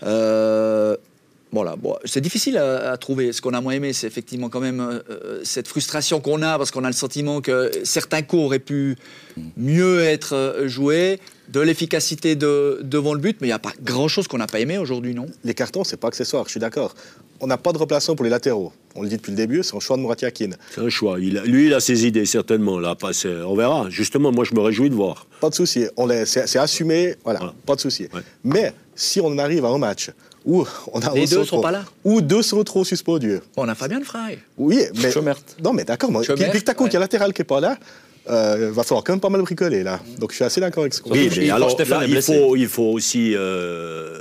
Euh, Voilà, bon, c'est difficile à, à trouver. Ce qu'on a moins aimé, c'est effectivement quand même euh, cette frustration qu'on a, parce qu'on a le sentiment que certains coups auraient pu mieux être joués, de l'efficacité de, devant le but, mais il n'y a pas grand-chose qu'on n'a pas aimé aujourd'hui, non ? Les cartons, c'est pas accessoire, je suis d'accord. On n'a pas de remplaçant pour les latéraux. On le dit depuis le début, c'est un choix de Murat Yakin. C'est un choix. Il a, lui, il a ses idées, certainement. Là, pas, on verra. Justement, moi, je me réjouis de voir. Pas de souci. On les, c'est, c'est assumé, voilà, voilà, pas de souci. Ouais. Mais si on arrive à un match où on a les deux ne sont trop, pas là. Ou deux sont trop suspendus. On a Fabien Frey. Oui, mais Chomert. Non, mais d'accord. Moi, puis t'as qu'il y a latéral qui est pas là. Il euh, va falloir quand même pas mal bricoler là. Donc je suis assez d'accord avec ce qu'on oui, dit. mais alors, là, il, faut, il faut aussi euh,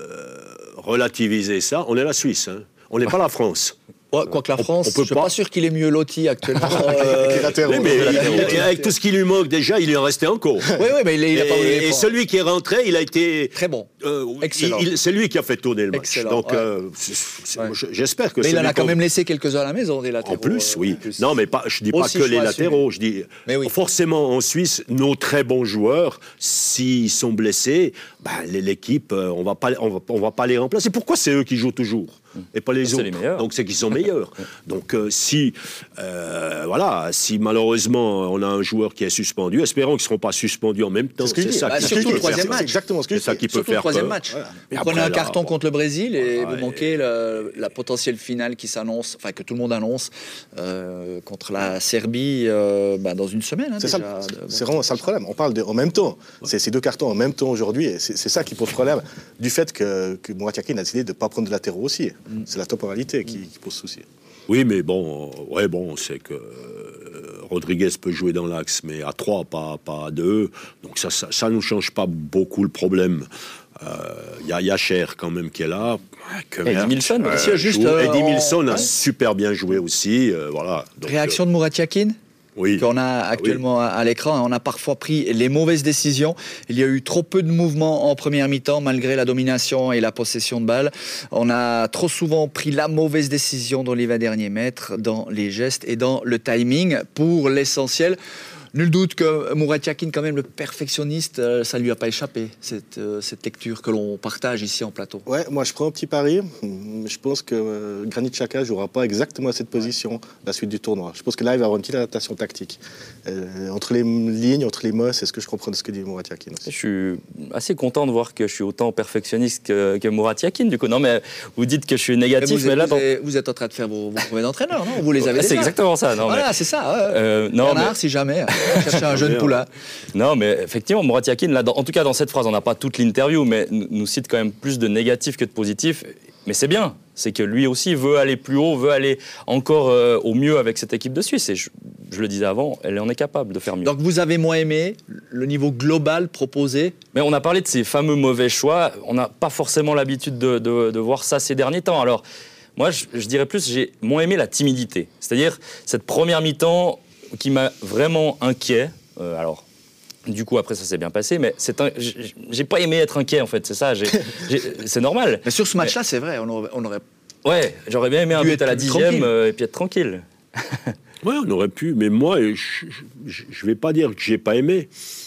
relativiser ça. On est la Suisse, hein. On n'est pas la France. Ouais, quoique la France, on, on peut je ne suis pas... pas sûr qu'il est mieux loti actuellement. euh, latéraux, oui, mais il, avec tout ce qui lui manque déjà, il est resté encore. Oui, oui, mais il, il a pas et, et celui qui est rentré, il a été très bon, euh, excellent. Il, il, c'est lui qui a fait tourner le match. Excellent, donc, ouais. euh, c'est, c'est, ouais. j'espère que. Mais c'est il en a quand comme... même laissé quelques-uns à la maison des latéraux. En plus, oui. En plus. Non, mais pas, je dis pas Aussi que les latéraux. Je dis oui. forcément en Suisse, nos très bons joueurs, s'ils sont blessés, bah, l'équipe, on va pas, on va, on va pas les remplacer. Pourquoi c'est eux qui jouent toujours et pas les c'est autres les meilleurs. Donc c'est qu'ils sont meilleurs. Donc euh, si euh, voilà, si malheureusement on a un joueur qui est suspendu, espérons qu'ils ne seront pas suspendus en même temps. C'est, ce que c'est ça bah, qui surtout peut le troisième faire match. Exactement ce que c'est ça qui peut surtout faire le troisième peur. match. Voilà. Vous prenez un là, carton bon. contre le Brésil et ah, vous manquez le, la potentielle finale qui s'annonce, enfin que tout le monde annonce euh, contre la Serbie euh, bah, dans une semaine. Hein, c'est, déjà, ça, de, c'est vraiment ça le problème. On parle de, en même temps. Ouais. C'est ces deux cartons en même temps aujourd'hui. Et c'est, c'est ça qui pose problème du fait que, que Murat Yakin a décidé de ne pas prendre de latéraux aussi. Mm. C'est la temporalité qui, qui pose souci. Oui, mais bon, ouais, bon, c'est que euh, Rodriguez peut jouer dans l'axe, mais à trois, pas, pas à deux. Donc ça, ça, ça ne change pas beaucoup le problème. Il euh, y a Yacher quand même qui est là. Eddie Milson, euh, aussi, juste, euh, Eddie Milson on... a ouais. super bien joué aussi. Euh, voilà. Donc, réaction de Murat Yakin oui. qu'on a actuellement oui. à l'écran. On a parfois pris les mauvaises décisions. Il y a eu trop peu de mouvements en première mi-temps, malgré la domination et la possession de balle. On a trop souvent pris la mauvaise décision dans les vingt derniers mètres, dans les gestes et dans le timing. Pour l'essentiel, nul doute que Murat Yakin, quand même le perfectionniste, ça ne lui a pas échappé, cette, cette lecture que l'on partage ici en plateau. Ouais, moi je prends un petit pari. Je pense que euh, Granit Xhaka ne jouera pas exactement à cette position ouais. la suite du tournoi. Je pense que là, il va y avoir une petite adaptation tactique. Euh, entre les lignes, entre les mots, c'est ce que je comprends de ce que dit Murat Yakin aussi. Je suis assez content de voir que je suis autant perfectionniste que, que Murat Yakin, du coup. Non, mais vous dites que je suis négatif, mais, mais là... Vous, dans... êtes, vous êtes en train de faire vos, vos promesses d'entraîneur, non ? Vous les avez C'est déjà. exactement ça. Non, voilà, mais... c'est ça. Ouais. Euh, non, Bernard, mais... si jamais, chercher un jeune poulain. Non, mais effectivement, Murat Yakin, là, dans, en tout cas dans cette phrase, on n'a pas toute l'interview, mais nous, nous cite quand même plus de négatifs que de positifs. Mais c'est bien, c'est que lui aussi veut aller plus haut, veut aller encore euh, au mieux avec cette équipe de Suisse. Et je, je le disais avant, elle en est capable de faire mieux. Donc vous avez moins aimé le niveau global proposé ? Mais on a parlé de ces fameux mauvais choix. On n'a pas forcément l'habitude de, de, de voir ça ces derniers temps. Alors, moi, je, je dirais plus, j'ai moins aimé la timidité. C'est-à-dire, cette première mi-temps qui m'a vraiment inquiet. Euh, alors, du coup, après, ça s'est bien passé, mais c'est un... j'ai pas aimé être inquiet, en fait, c'est ça, j'ai... J'ai... c'est normal. Mais sur ce match-là, mais... c'est vrai, on aurait... On aurait... Ouais, j'aurais bien aimé un but à la dixième euh, et puis être tranquille. Ouais, on aurait pu, mais moi, je, je, je vais pas dire que j'ai pas aimé.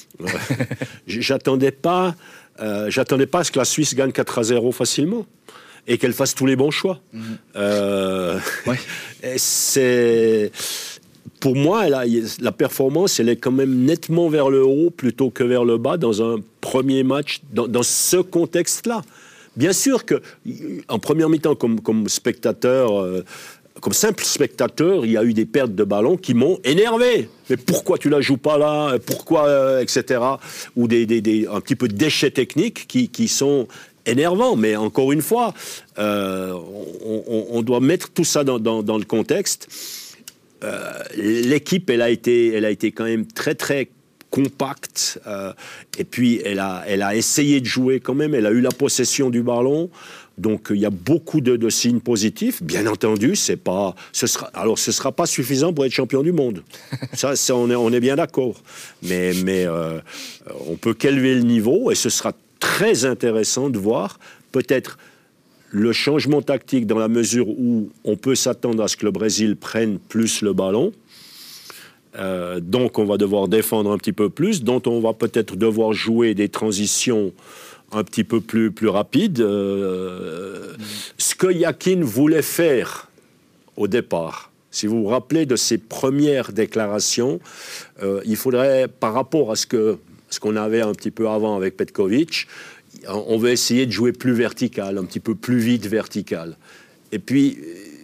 j'attendais pas, euh, j'attendais pas à ce que la Suisse gagne quatre à zéro facilement et qu'elle fasse tous les bons choix. Mmh. Euh, ouais. c'est... Pour moi, elle a, la performance, elle est quand même nettement vers le haut plutôt que vers le bas dans un premier match, dans, dans ce contexte-là. Bien sûr qu'en première mi-temps, comme, comme spectateur, euh, comme simple spectateur, il y a eu des pertes de ballon qui m'ont énervé. Mais pourquoi tu la joues pas là ? Pourquoi, euh, et cetera. Ou des, des, des, un petit peu de déchets techniques qui, qui sont énervants. Mais encore une fois, euh, on, on, on doit mettre tout ça dans, dans, dans le contexte. Euh, l'équipe, elle a été, elle a été quand même très très compacte. Euh, et puis elle a, elle a essayé de jouer quand même. Elle a eu la possession du ballon. Donc il y a beaucoup de, de signes positifs. Bien entendu, c'est pas, ce sera, alors ce sera pas suffisant pour être champion du monde. Ça, ça on est, on est bien d'accord. Mais, mais euh, on peut qu'élever le niveau et ce sera très intéressant de voir peut-être le changement tactique dans la mesure où on peut s'attendre à ce que le Brésil prenne plus le ballon. Euh, donc on va devoir défendre un petit peu plus, dont on va peut-être devoir jouer des transitions un petit peu plus, plus rapides. Euh, mmh. Ce que Yakin voulait faire au départ, si vous vous rappelez de ses premières déclarations, euh, il faudrait, par rapport à ce, que, ce qu'on avait un petit peu avant avec Petkovic, on veut essayer de jouer plus vertical, un petit peu plus vite vertical. Et puis,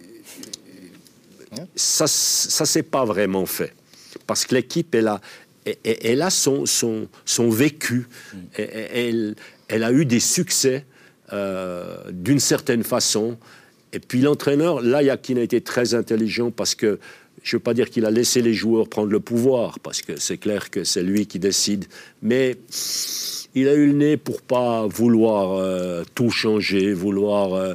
ça ne s'est pas vraiment fait. Parce que l'équipe, elle a, elle, elle a son, son, son vécu. Elle, elle, elle a eu des succès euh, d'une certaine façon. Et puis l'entraîneur, là, Yakin a été très intelligent parce que, je ne veux pas dire qu'il a laissé les joueurs prendre le pouvoir, parce que c'est clair que c'est lui qui décide. Mais il a eu le nez pour ne pas vouloir euh, tout changer, vouloir... Euh,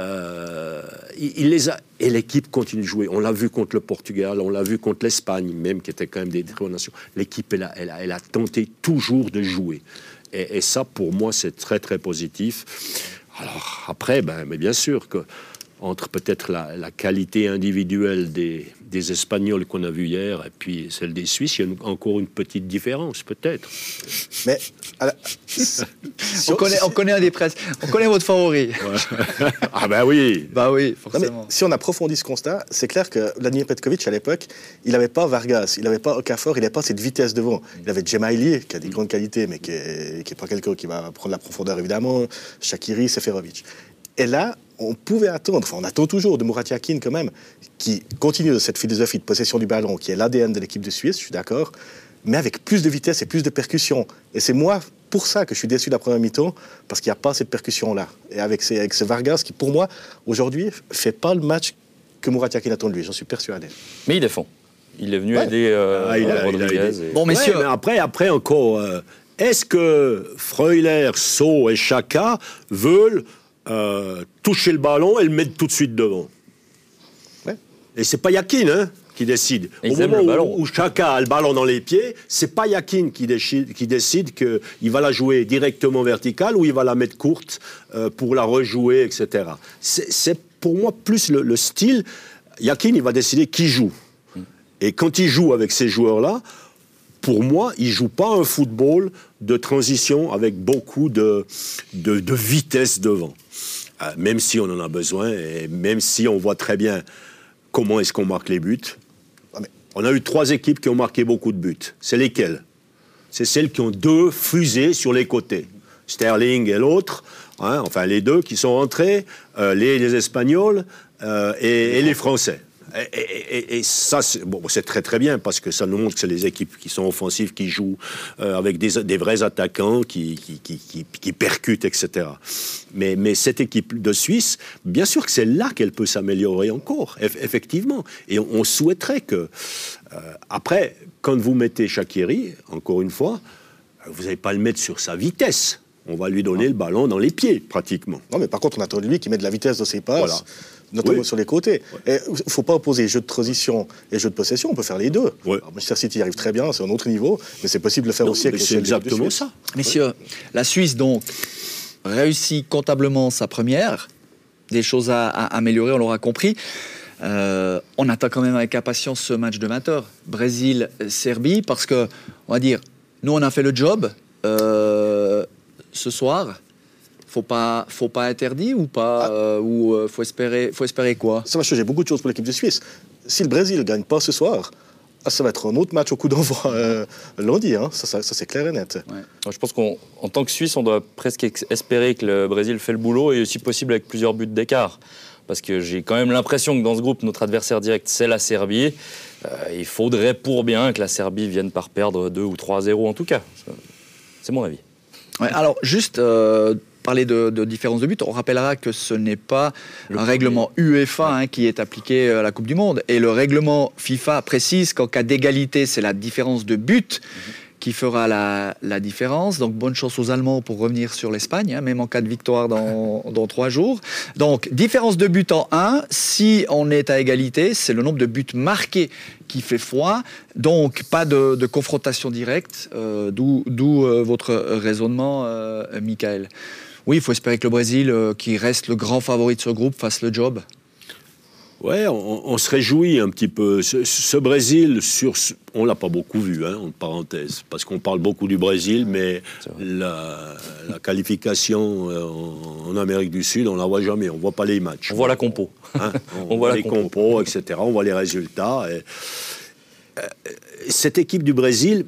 euh, il, il les a, et l'équipe continue de jouer. On l'a vu contre le Portugal, on l'a vu contre l'Espagne, même, qui était quand même des très bonnes nations. L'équipe, elle a, elle, a, elle a tenté toujours de jouer. Et, et ça, pour moi, c'est très, très positif. Alors, après, ben, mais bien sûr que... entre peut-être la, la qualité individuelle des, des Espagnols qu'on a vus hier et puis celle des Suisses, il y a une, encore une petite différence, peut-être. Mais la... si on, connaît, on connaît un des presses, on connaît votre favori. Ouais. Ah ben oui. Bah oui, forcément. Non, si on approfondit ce constat, c'est clair que Vladimir Petkovic, à l'époque, il n'avait pas Vargas, il n'avait pas Okafor, il n'avait pas cette vitesse devant. Il avait Djemaili, qui a des grandes qualités, mais qui n'est pas quelqu'un qui va prendre la profondeur, évidemment, Shaqiri, Seferovic. Et là, on pouvait attendre, enfin on attend toujours de Murat Yakin quand même, qui continue de cette philosophie de possession du ballon, qui est l'A D N de l'équipe de Suisse, je suis d'accord, mais avec plus de vitesse et plus de percussion. Et c'est moi, pour ça, que je suis déçu de la première mi-temps, parce qu'il n'y a pas cette percussion-là. Et avec, ces, avec ce Vargas, qui pour moi, aujourd'hui, ne fait pas le match que Murat Yakin attend de lui, j'en suis persuadé. Mais il défend. Il est venu ouais. aider euh, ah, il a, Rodriguez. Il a aidé. Et... Bon, messieurs, ouais, mais après, après encore, euh, est-ce que Freuler, So et Xhaka veulent Euh, toucher le ballon et le mettre tout de suite devant. Ouais. Et c'est pas Yakin hein, qui décide. Ils Au moment le ballon. où, où Xhaka a le ballon dans les pieds, c'est pas Yakin qui décide, qui décide qu'il va la jouer directement verticale ou il va la mettre courte euh, pour la rejouer, et cetera. C'est, c'est pour moi plus le, le style. Yakin, il va décider qui joue. Mm. Et quand il joue avec ces joueurs-là, pour moi, il ne joue pas un football de transition avec beaucoup de, de, de vitesse devant. Euh, même si on en a besoin et même si on voit très bien comment est-ce qu'on marque les buts. On a eu trois équipes qui ont marqué beaucoup de buts. C'est lesquelles? C'est celles qui ont deux fusées sur les côtés. Sterling et l'autre, hein, enfin les deux qui sont rentrés, euh, les, les Espagnols euh, et, et les Français. Et, et, et ça, c'est, bon, c'est très très bien parce que ça nous montre que c'est les équipes qui sont offensives, qui jouent euh, avec des, des vrais attaquants, qui, qui, qui, qui, qui percutent, et cetera. Mais, mais cette équipe de Suisse, bien sûr que c'est là qu'elle peut s'améliorer encore, eff- effectivement. Et on, on souhaiterait que... Euh, après, quand vous mettez Shaqiri, encore une fois, vous n'allez pas le mettre sur sa vitesse. On va lui donner non. le ballon dans les pieds, pratiquement. Non, mais par contre, on attend de lui qu'il mette de la vitesse dans ses passes. Voilà. Notamment oui. sur les côtés. Il ouais. ne faut pas opposer jeu de transition et jeu de possession, on peut faire les deux. Ouais. Alors, Manchester City arrive très bien, c'est un autre niveau, mais c'est possible de le faire non, aussi avec les C'est exactement ça. Messieurs, ouais. la Suisse, donc, réussit comptablement sa première, des choses à, à améliorer, on l'aura compris. Euh, on attend quand même avec impatience ce match de vingt heures, Brésil-Serbie, parce que, on va dire, nous on a fait le job euh, ce soir. Faut pas, faut pas interdire ou pas, ah. euh, ou euh, faut espérer, faut espérer quoi? Ça va changer beaucoup de choses pour l'équipe de Suisse. Si le Brésil ne gagne pas ce soir, ah, ça va être un autre match au coup d'envoi euh, lundi. Hein. Ça, ça, ça c'est clair et net. Ouais. Je pense qu'en tant que Suisse, on doit presque espérer que le Brésil fait le boulot et si possible avec plusieurs buts d'écart. Parce que j'ai quand même l'impression que dans ce groupe, notre adversaire direct, c'est la Serbie. Euh, il faudrait pour bien que la Serbie vienne par perdre deux ou trois zéro en tout cas. C'est mon avis. Ouais, alors, juste... Euh... parler de, de différence de but, on rappellera que ce n'est pas le un règlement UEFA hein, qui est appliqué à la Coupe du Monde. Et le règlement FIFA précise qu'en cas d'égalité, c'est la différence de but mm-hmm. qui fera la, la différence. Donc, bonne chance aux Allemands pour revenir sur l'Espagne, hein, même en cas de victoire dans, dans trois jours. Donc, différence de but en un. Si on est à égalité, c'est le nombre de buts marqués qui fait foi. Donc, pas de, de confrontation directe, euh, d'où, d'où euh, votre raisonnement, euh, Michael. Oui, il faut espérer que le Brésil, euh, qui reste le grand favori de ce groupe, fasse le job. Ouais, on, on se réjouit un petit peu. Ce, ce Brésil, sur, on l'a pas beaucoup vu, hein, en parenthèse, parce qu'on parle beaucoup du Brésil, mais la, la qualification en, en Amérique du Sud, on la voit jamais. On voit pas les matchs. On voit la compo. Hein, on, on voit voit les la compo. compos, et cetera. On voit les résultats. Et, euh, cette équipe du Brésil,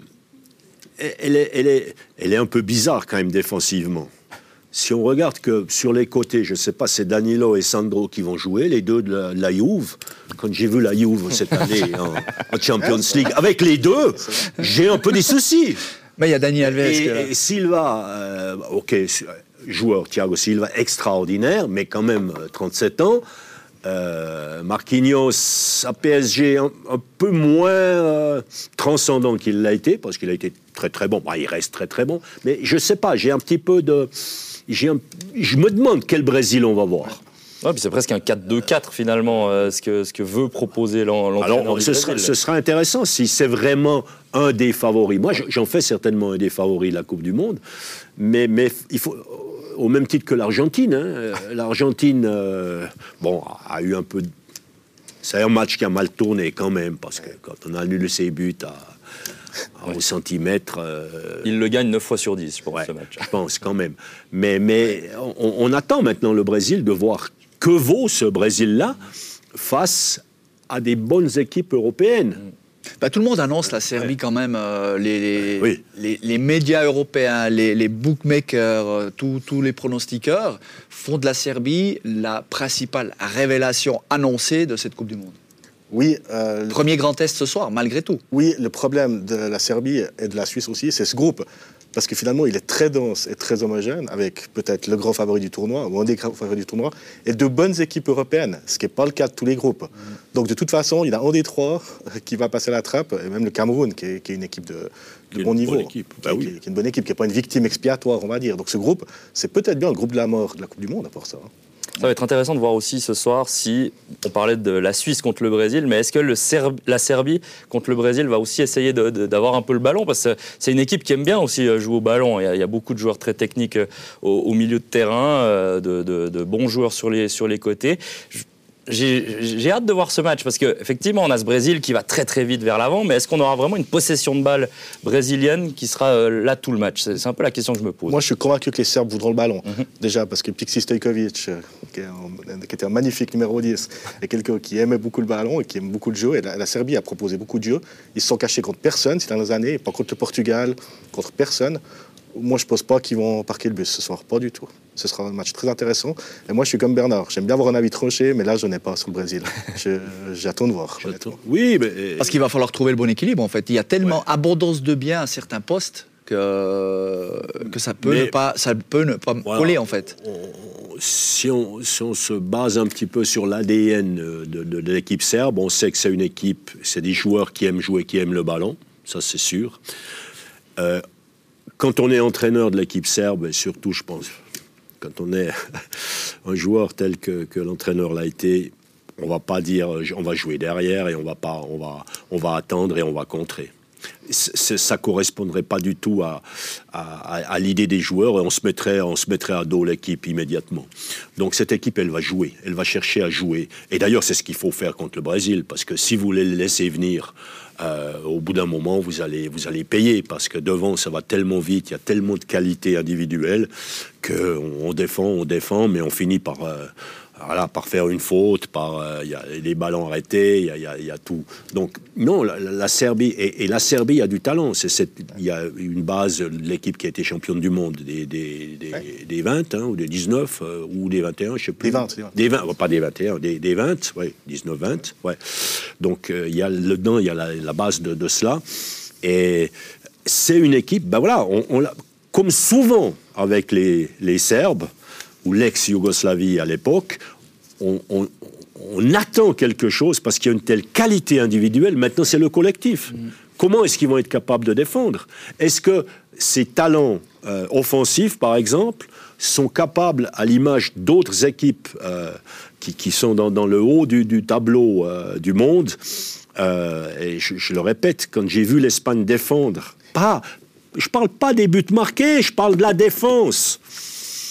elle est, elle est, elle est un peu bizarre quand même défensivement. Si on regarde que sur les côtés, je ne sais pas, c'est Danilo et Sandro qui vont jouer, les deux de la, la Juve. Quand j'ai vu la Juve cette année en, en Champions League, avec les deux, j'ai un peu des soucis. Mais il y a Dani Alves. Et, que... et Silva, euh, ok, joueur, Thiago Silva, extraordinaire, mais quand même trente-sept ans. Euh, Marquinhos à P S G un, un peu moins euh, transcendant qu'il l'a été, parce qu'il a été très très bon. Bah, il reste très très bon, mais je sais pas, j'ai un petit peu de... J'ai un, je me demande quel Brésil on va voir. Ouais, puis c'est presque un quatre deux quatre finalement, euh, ce, que, ce que veut proposer l'entraîneur. Alors, ce sera, ce sera intéressant si c'est vraiment un des favoris. Moi, j'en fais certainement un des favoris de la Coupe du Monde, mais, mais il faut... Au même titre que l'Argentine. Hein. L'Argentine, euh, bon, a eu un peu... De... C'est un match qui a mal tourné quand même, parce que quand on annule ses buts à, à ouais. au centimètre... Euh... Il le gagne neuf fois sur dix, je pense, ouais, ce match. Je pense, quand même. Mais, mais on, on attend maintenant le Brésil de voir que vaut ce Brésil-là face à des bonnes équipes européennes. Bah, tout le monde annonce la Serbie ouais. quand même, euh, les, les, oui. les, les médias européens, les, les bookmakers, euh, tous les pronostiqueurs font de la Serbie la principale révélation annoncée de cette Coupe du Monde. Oui. Euh, Premier grand test ce soir, malgré tout. Oui, le problème de la Serbie et de la Suisse aussi, c'est ce groupe. Parce que finalement, il est très dense et très homogène, avec peut-être le grand favori du tournoi, ou un des grands favoris du tournoi, et de bonnes équipes européennes, ce qui n'est pas le cas de tous les groupes. Mmh. Donc de toute façon, il y en a un des trois qui va passer la trappe, et même le Cameroun, qui est, qui est une équipe de, de bon niveau, équipe. Qui, bah oui. qui, qui est une bonne équipe, qui n'est pas une victime expiatoire, on va dire. Donc ce groupe, c'est peut-être bien le groupe de la mort de la Coupe du Monde, à part ça. Ça va être intéressant de voir aussi ce soir si, on parlait de la Suisse contre le Brésil, mais est-ce que le Serb, la Serbie contre le Brésil va aussi essayer de, de, d'avoir un peu le ballon, parce que c'est une équipe qui aime bien aussi jouer au ballon. Il y a, il y a beaucoup de joueurs très techniques au, au milieu de terrain, de, de, de bons joueurs sur les, sur les côtés. Je, J'ai, j'ai hâte de voir ce match parce qu'effectivement, on a ce Brésil qui va très très vite vers l'avant, mais est-ce qu'on aura vraiment une possession de balle brésilienne qui sera euh, là tout le match? C'est, c'est un peu la question que je me pose. Moi, je suis convaincu que les Serbes voudront le ballon. Mm-hmm. Déjà, parce que Pixi Stojkovic, euh, qui, est un, qui était un magnifique numéro dix, est quelqu'un qui aimait beaucoup le ballon et qui aime beaucoup le jeu. Et la, la Serbie a proposé beaucoup de jeux. Ils se sont cachés contre personne ces dernières années, pas contre le Portugal, contre personne. Moi, je ne pense pas qu'ils vont parquer le bus ce soir, pas du tout. Ce sera un match très intéressant. Et moi, je suis comme Bernard. J'aime bien avoir un avis tranché, mais là, je n'ai pas sur le Brésil. Je, j'attends de voir. J'attends. Oui, mais... Parce qu'il va falloir trouver le bon équilibre, en fait. Il y a tellement ouais. abondance de biens à certains postes que, que ça peut mais... ne pas, ça peut ne pas voilà. coller, en fait. On, si, on, si on se base un petit peu sur l'A D N de, de, de l'équipe serbe, on sait que c'est une équipe, c'est des joueurs qui aiment jouer, qui aiment le ballon. Ça, c'est sûr. Euh, Quand on est entraîneur de l'équipe serbe, et surtout, je pense, quand on est un joueur tel que, que l'entraîneur l'a été, on va pas dire on va jouer derrière et on va pas, on va, on va attendre et on va contrer. C'est, ça correspondrait pas du tout à, à, à l'idée des joueurs et on se mettrait, on se mettrait à dos l'équipe immédiatement. Donc cette équipe, elle va jouer, elle va chercher à jouer. Et d'ailleurs, c'est ce qu'il faut faire contre le Brésil, parce que si vous les laissez venir, euh, au bout d'un moment, vous allez, vous allez payer, parce que devant, ça va tellement vite, il y a tellement de qualité individuelle qu'on on défend, on défend, mais on finit par... Euh, Voilà, par faire une faute, par il euh, y a les ballons arrêtés, il y, y, y a tout. Donc non, la, la Serbie et, et la Serbie a du talent. Il y a une base de l'équipe qui a été championne du monde des, des, des, ouais. des vingt hein, ou des dix-neuf euh, ou des vingt et un, je sais plus. Des vingt, des vingt. Des vingt, pas des vingt et un, des, des vingt, ouais, dix-neuf vingt, ouais. Donc il euh, y a dedans, il y a la, la base de, de cela. Et c'est une équipe, ben voilà, on, on l'a, comme souvent avec les, les Serbes ou l'ex-Yougoslavie à l'époque, on, on, on attend quelque chose parce qu'il y a une telle qualité individuelle. Maintenant, c'est le collectif. Mmh. Comment est-ce qu'ils vont être capables de défendre? Est-ce que ces talents euh, offensifs, par exemple, sont capables, à l'image d'autres équipes euh, qui, qui sont dans, dans le haut du, du tableau euh, du monde, euh, et je, je le répète, quand j'ai vu l'Espagne défendre, pas, je ne parle pas des buts marqués, je parle de la défense.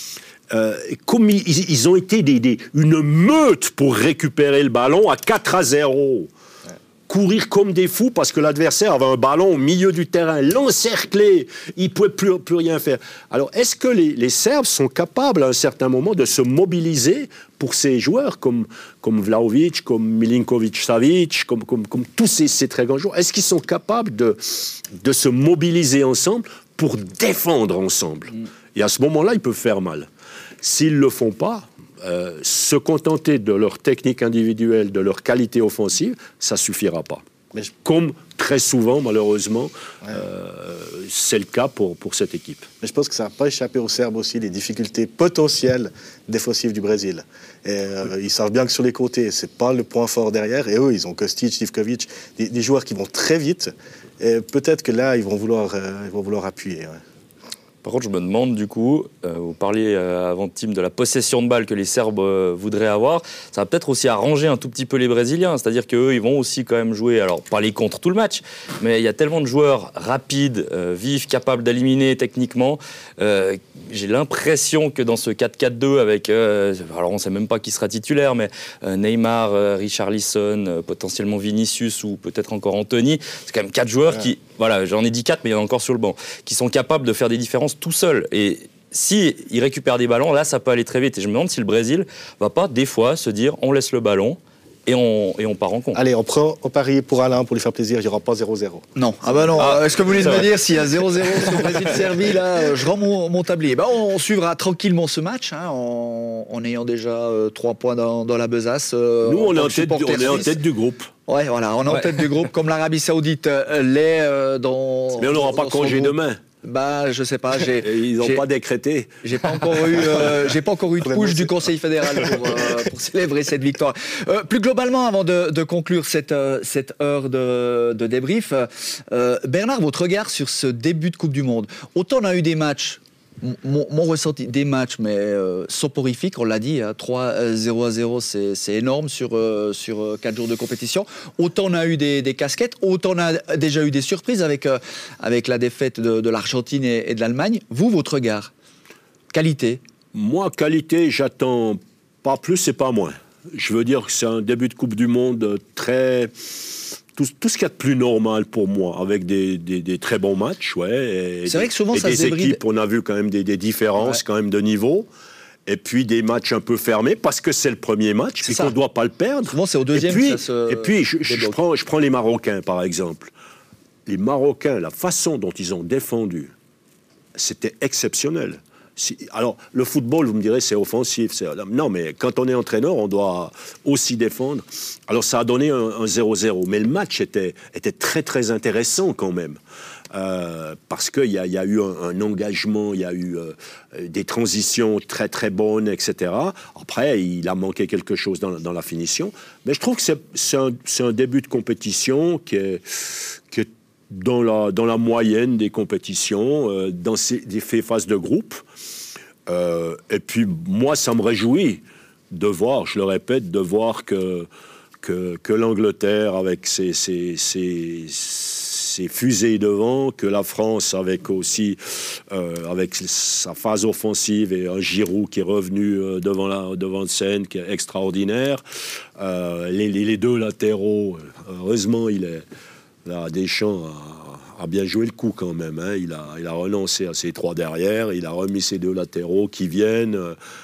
euh, comme ils, ils ont été des, des, une meute pour récupérer le ballon à quatre à zéro. Courir comme des fous parce que l'adversaire avait un ballon au milieu du terrain, l'encercler, il ne pouvait plus, plus rien faire. Alors, est-ce que les, les Serbes sont capables à un certain moment de se mobiliser pour ces joueurs comme, comme Vlahovic, comme Milinkovic-Savic, comme, comme, comme tous ces, ces très grands joueurs? Est-ce qu'ils sont capables de, de se mobiliser ensemble pour défendre ensemble? Mm. Et à ce moment-là, ils peuvent faire mal. S'ils ne le font pas, Euh, se contenter de leur technique individuelle, de leur qualité offensive, ça ne suffira pas. Mais je... Comme très souvent, malheureusement, ouais. euh, c'est le cas pour, pour cette équipe. Mais je pense que ça n'a pas échappé aux Serbes aussi, les difficultés potentielles défensives du Brésil. Et, euh, ils savent bien que sur les côtés, ce n'est pas le point fort derrière. Et eux, ils ont Kostic, Ivkovic, des, des joueurs qui vont très vite. Et peut-être que là, ils vont vouloir, euh, ils vont vouloir appuyer. Ouais. Par contre, je me demande du coup, euh, vous parliez euh, avant Tim de la possession de balle que les Serbes euh, voudraient avoir, ça va peut-être aussi arranger un tout petit peu les Brésiliens, c'est-à-dire qu'eux, ils vont aussi quand même jouer, alors pas les contre tout le match, mais il y a tellement de joueurs rapides, euh, vifs, capables d'éliminer techniquement, euh, j'ai l'impression que dans ce quatre quatre deux avec, euh, alors on ne sait même pas qui sera titulaire, mais euh, Neymar, euh, Richarlison, euh, potentiellement Vinicius ou peut-être encore Anthony, c'est quand même quatre joueurs ouais. qui, voilà, j'en ai dit quatre, mais il y en a encore sur le banc, qui sont capables de faire des différences tout seul. Et si il récupère des ballons, là, ça peut aller très vite. Et je me demande si le Brésil va pas, des fois, se dire on laisse le ballon et on, et on part en compte. Allez, on prend au pari pour Alain, pour lui faire plaisir, il n'y aura pas zéro zéro. Non. Ah bah non. Ah, est-ce que vous voulez me dire s'il y a zéro zéro sur Brésil-Serbie, là, je rends mon, mon tablier. Bah, on suivra tranquillement ce match, hein, en, en ayant déjà euh, trois points dans, dans la besace. Euh, Nous, on est, en tête, on est en tête du groupe. Ouais, voilà, on est ouais. en tête du groupe, comme l'Arabie Saoudite euh, l'est euh, dans. Mais on n'aura pas congé demain. Bah, je sais pas, j'ai. Et ils n'ont pas décrété. J'ai pas encore eu, euh, j'ai pas encore eu de push du Conseil fédéral pour, euh, pour célébrer cette victoire. Euh, plus globalement, avant de, de conclure cette euh, cette heure de, de débrief, euh, Bernard, votre regard sur ce début de Coupe du Monde. Autant on a eu des matchs. Mon, mon ressenti des matchs, mais euh, soporifiques, on l'a dit, hein, trois zéro à zéro, c'est, c'est énorme sur, euh, sur quatre jours de compétition. Autant on a eu des, des casquettes, autant on a déjà eu des surprises avec, euh, avec la défaite de, de l'Argentine et, et de l'Allemagne. Vous, votre regard? Qualité? Moi, qualité, j'attends pas plus et pas moins. Je veux dire que c'est un début de Coupe du Monde très... Tout, tout ce qu'il y a de plus normal pour moi, avec des, des, des très bons matchs, ouais. Et c'est vrai que souvent et ça des se débride. équipes, on a vu quand même des, des différences, ouais. quand même de niveau. Et puis des matchs un peu fermés parce que c'est le premier match, c'est puis ça. Qu'on ne doit pas le perdre. Souvent c'est au deuxième. Et puis, que ça se et puis je, je, prends, je prends les Marocains par exemple. Les Marocains, la façon dont ils ont défendu, c'était exceptionnel. Si, alors, le football, vous me direz, c'est offensif. C'est, non, mais quand on est entraîneur, on doit aussi défendre. Alors, ça a donné un, un zéro zéro. Mais le match était, était très, très intéressant quand même. Euh, parce qu'il y, y a eu un, un engagement, il y a eu euh, des transitions très, très bonnes, et cetera. Après, il a manqué quelque chose dans, dans la finition. Mais je trouve que c'est, c'est, un, c'est un début de compétition qui est... Qui est Dans la, dans la moyenne des compétitions, euh, dans ces des phases de groupe. Euh, et puis, moi, ça me réjouit de voir, je le répète, de voir que, que, que l'Angleterre, avec ses, ses, ses, ses fusées devant, que la France, avec aussi euh, avec sa phase offensive et un Giroud qui est revenu euh, devant, la, devant le scène, qui est extraordinaire. Euh, les, les, les deux latéraux, heureusement, il est... Là, Deschamps a, a bien joué le coup quand même. Hein. Il, a, il a renoncé à ses trois derrière. Il a remis ses deux latéraux qui viennent.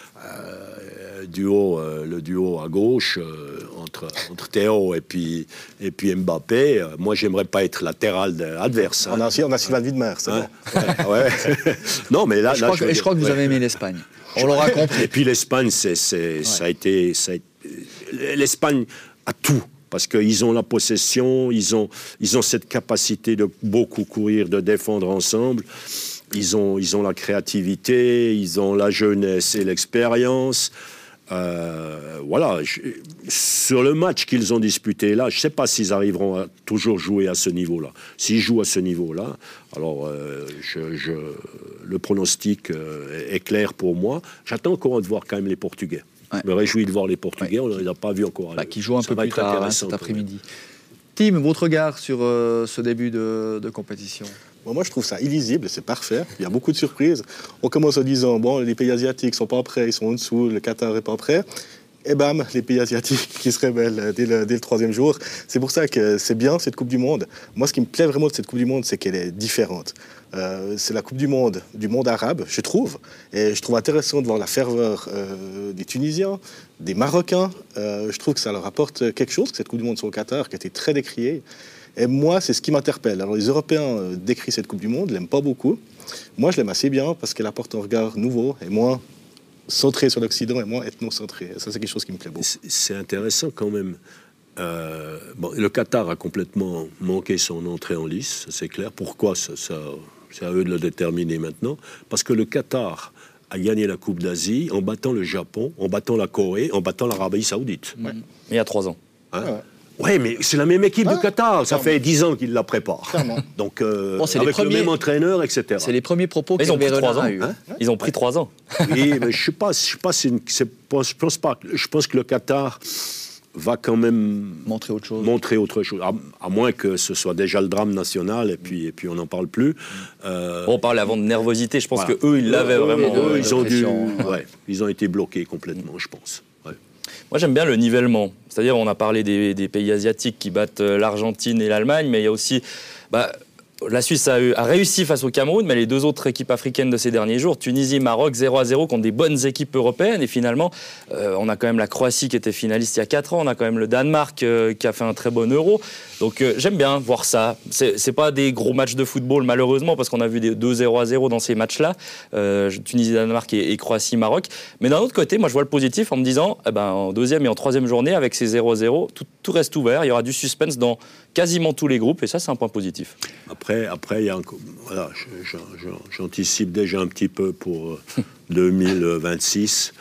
Euh, duo, euh, le duo à gauche euh, entre, entre Théo et puis, et puis Mbappé. Euh, moi, j'aimerais pas être latéral adverse. Hein. On a, on a Sylvain Widmer, c'est hein? bon. Ouais. Non, mais là, je, là, crois, je, que, je crois que vous ouais. avez aimé l'Espagne. On l'aura compris. Et puis l'Espagne, c'est, c'est, ouais. ça a été, ça a été... l'Espagne a tout. Parce qu'ils ont la possession, ils ont, ils ont cette capacité de beaucoup courir, de défendre ensemble. Ils ont, ils ont la créativité, ils ont la jeunesse et l'expérience. Euh, voilà. Je, sur le match qu'ils ont disputé là, je ne sais pas s'ils arriveront à toujours jouer à ce niveau-là. S'ils jouent à ce niveau-là, alors euh, je, je, le pronostic euh, est clair pour moi. J'attends encore de voir quand même les Portugais. Ouais. Je me réjouis de voir les Portugais, ouais. On ne les a pas vus encore. Bah, qui jouent un ça peu plus tard hein, cet après-midi. Tim, votre regard sur euh, ce début de, de compétition? Bon, moi, je trouve ça illisible, c'est parfait. Il y a beaucoup de surprises. On commence en disant, bon, les pays asiatiques sont pas prêts, ils sont en dessous, le Qatar est pas prêt. Et bam, les pays asiatiques qui se révèlent dès le, dès le troisième jour. C'est pour ça que c'est bien, cette Coupe du Monde. Moi, ce qui me plaît vraiment de cette Coupe du Monde, c'est qu'elle est différente. Euh, c'est la Coupe du Monde, du monde arabe, je trouve. Et je trouve intéressant de voir la ferveur euh, des Tunisiens, des Marocains. Euh, je trouve que ça leur apporte quelque chose, que cette Coupe du Monde sur le Qatar, qui a été très décriée. Et moi, c'est ce qui m'interpelle. Alors, les Européens euh, décrivent cette Coupe du Monde, ne l'aiment pas beaucoup. Moi, je l'aime assez bien parce qu'elle apporte un regard nouveau et moins centré sur l'Occident et moins ethnocentré. Ça, c'est quelque chose qui me plaît beaucoup. C'est intéressant quand même. Euh, bon, le Qatar a complètement manqué son entrée en lice, c'est clair. Pourquoi ça, ça, c'est à eux de le déterminer maintenant. Parce que le Qatar a gagné la Coupe d'Asie en battant le Japon, en battant la Corée, en battant l'Arabie Saoudite. Ouais. Il y a trois ans. Hein? Ouais. Oui, mais c'est la même équipe ah, du Qatar. Ça clairement. fait dix ans qu'il la prépare. Clairement. Donc, euh, bon, avec premiers, le même entraîneur, et cetera. C'est les premiers propos qu'ils ont pris trois ans. A eu. Hein Ils ont pris trois ans. Oui, mais je sais pas. Je sais pas. C'est une, c'est, je pense pas. Je pense que le Qatar va quand même montrer autre chose. Montrer autre chose. À, à moins que ce soit déjà le drame national et puis et puis on n'en parle plus. Euh, on parlait avant de nervosité. Je pense voilà. que eux, ils l'avaient eux, vraiment. Eux, ils ont dû. Ouais, ils ont été bloqués complètement, je pense. Ouais. Moi, j'aime bien le nivellement. C'est-à-dire, on a parlé des, des pays asiatiques qui battent l'Argentine et l'Allemagne, mais il y a aussi... Bah, la Suisse a, eu, a réussi face au Cameroun, mais les deux autres équipes africaines de ces derniers jours, Tunisie, Maroc, zéro à zéro contre des bonnes équipes européennes. Et finalement, euh, on a quand même la Croatie qui était finaliste il y a quatre ans, on a quand même le Danemark euh, qui a fait un très bon Euro. Donc euh, j'aime bien voir ça. C'est, c'est pas des gros matchs de football, malheureusement, parce qu'on a vu des deux zéro à zéro dans ces matchs-là, euh, Tunisie, Danemark et, et Croatie, Maroc. Mais d'un autre côté, moi je vois le positif en me disant, eh ben, en deuxième et en troisième journée, avec ces zéro à zéro, tout, tout reste ouvert, il y aura du suspense dans quasiment tous les groupes, et ça c'est un point positif. Après, après il y a un, voilà, je, je, j'anticipe déjà un petit peu pour deux mille vingt-six.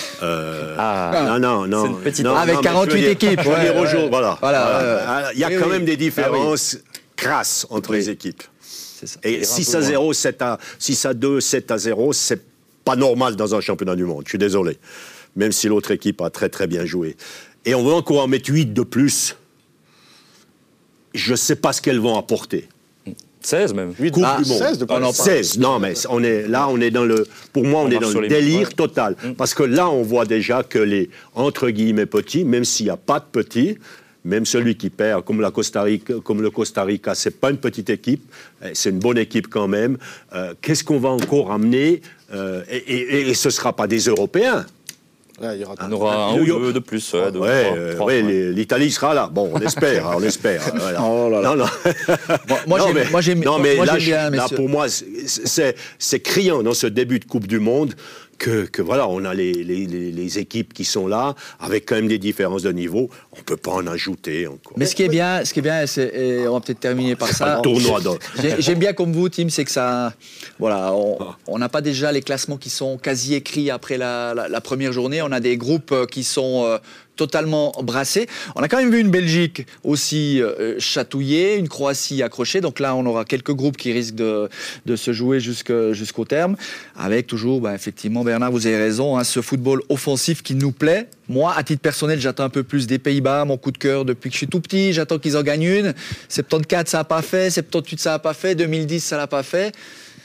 Euh, ah, non, non, non. C'est une petite... non avec non, quarante-huit dire, équipes. Ouais, ouais, ouais, jour, voilà. voilà, voilà. Il y a oui, quand oui. même des différences ah, oui. crasses entre oui. les équipes. C'est ça. Et six à zéro, sept à deux, sept à zéro, c'est pas normal dans un championnat du monde. Je suis désolé. Même si l'autre équipe a très très bien joué. Et on veut encore en mettre huit de plus. Je ne sais pas ce qu'elles vont apporter. seize même. huit, ah, du monde. seize, de oh, seize, non, mais on est, là, on est dans le... Pour moi, on, on est dans le délire ouais. total. Mmh. Parce que là, on voit déjà que les, entre guillemets, petits, même s'il n'y a pas de petits, même celui qui perd, comme, la Costa Rica, comme le Costa Rica, ce n'est pas une petite équipe, c'est une bonne équipe quand même. Euh, qu'est-ce qu'on va encore amener euh, et, et, et ce ne sera pas des Européens. Là, il y aura on aura un ou deux de plus. Ouais, deux, ouais, trois, euh, trois, ouais, ouais. l'Italie sera là. Bon, on espère, on espère. Voilà. Oh là là. Non, non. Bon, moi, non, j'aime, mais, moi, j'aime, non, mais moi, là, j'aime bien, là pour moi, c'est, c'est, c'est criant dans ce début de Coupe du Monde que, que voilà, on a les, les, les, les équipes qui sont là, avec quand même des différences de niveau. On ne peut pas en ajouter encore. Mais ce qui est bien, ce qui est bien, c'est, et on va peut-être terminer par ça. Un tournoi J'ai, j'aime bien comme vous, Tim, c'est que ça, voilà, on n'a pas déjà les classements qui sont quasi écrits après la, la, la première journée. On a des groupes qui sont euh, totalement brassés. On a quand même vu une Belgique aussi euh, chatouillée, une Croatie accrochée. Donc là, on aura quelques groupes qui risquent de, de se jouer jusque, jusqu'au terme. Avec toujours, bah, effectivement, Bernard, vous avez raison, hein, ce football offensif qui nous plaît. Moi, à titre personnel, j'attends un peu plus des Pays-Bas. Mon coup de cœur depuis que je suis tout petit, j'attends qu'ils en gagnent une. soixante-quatorze, ça n'a pas fait. soixante-dix-huit, ça n'a pas fait. deux mille dix, ça l'a pas fait.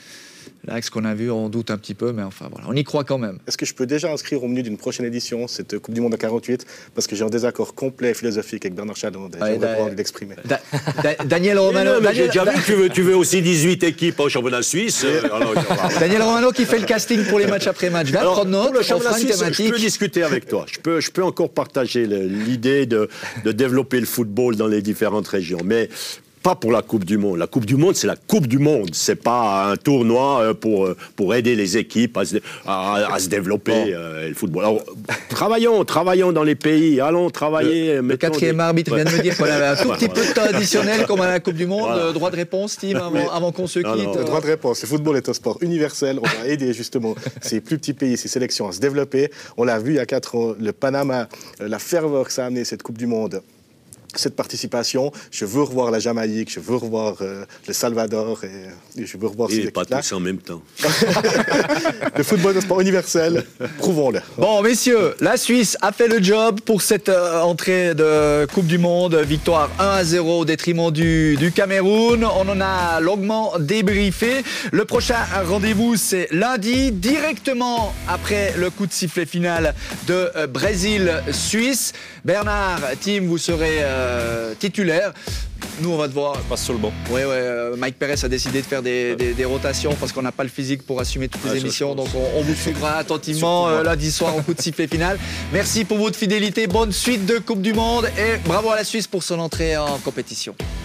Là, avec ce qu'on a vu, on doute un petit peu, mais enfin, voilà, on y croit quand même. Est-ce que je peux déjà inscrire au menu d'une prochaine édition cette Coupe du Monde à quarante-huit? Parce que j'ai un désaccord complet et philosophique avec Bernard Chadon. Ouais, j'aimerais pouvoir l'exprimer. Da, da, Daniel Romano... Non, Daniel, j'ai déjà vu que tu veux, tu veux aussi dix-huit équipes au championnat suisse. alors, Daniel Romano qui fait le casting pour les matchs après match. Viens prendre note, le championnat suisse, thématique. je peux discuter avec toi. Je peux, je peux encore partager le, l'idée de, de développer le football dans les différentes régions. Mais... pas pour la Coupe du Monde. La Coupe du Monde, c'est la Coupe du Monde. C'est pas un tournoi pour, pour aider les équipes à se, à, à se développer bon. euh, le football. Alors, travaillons, travaillons dans les pays. Allons travailler. Le, le quatrième des... arbitre vient de me dire qu'on avait un tout petit peu de temps additionnel comme à la Coupe du Monde. Voilà. Droit de réponse, Tim, avant, oui. avant qu'on se quitte. Non, non. Droit de réponse. Le football est un sport universel. On va aider justement ces plus petits pays, ces sélections à se développer. On l'a vu il y a quatre ans, le Panama, la ferveur que ça a amené cette Coupe du Monde. cette participation. Je veux revoir la Jamaïque, je veux revoir euh, le Salvador et, et je veux revoir ces Et pas équipes-là. tous en même temps. Le football est un sport universel, prouvons-le. Bon, messieurs, la Suisse a fait le job pour cette euh, entrée de Coupe du Monde. Victoire un à zéro au détriment du, du Cameroun. On en a longuement débriefé. Le prochain rendez-vous, c'est lundi, directement après le coup de sifflet final de euh, Brésil-Suisse. Bernard, Tim, vous serez euh, titulaire. Nous, on va devoir... Je passe sur le banc. Oui, ouais, euh, Mike Perez a décidé de faire des, des, des rotations parce qu'on n'a pas le physique pour assumer toutes les Ah, ça, émissions. je Donc, pense. on, on vous suivra attentivement Surtout euh, moi. lundi soir au coup de sifflet final. Merci pour votre fidélité. Bonne suite de Coupe du Monde et bravo à la Suisse pour son entrée en compétition.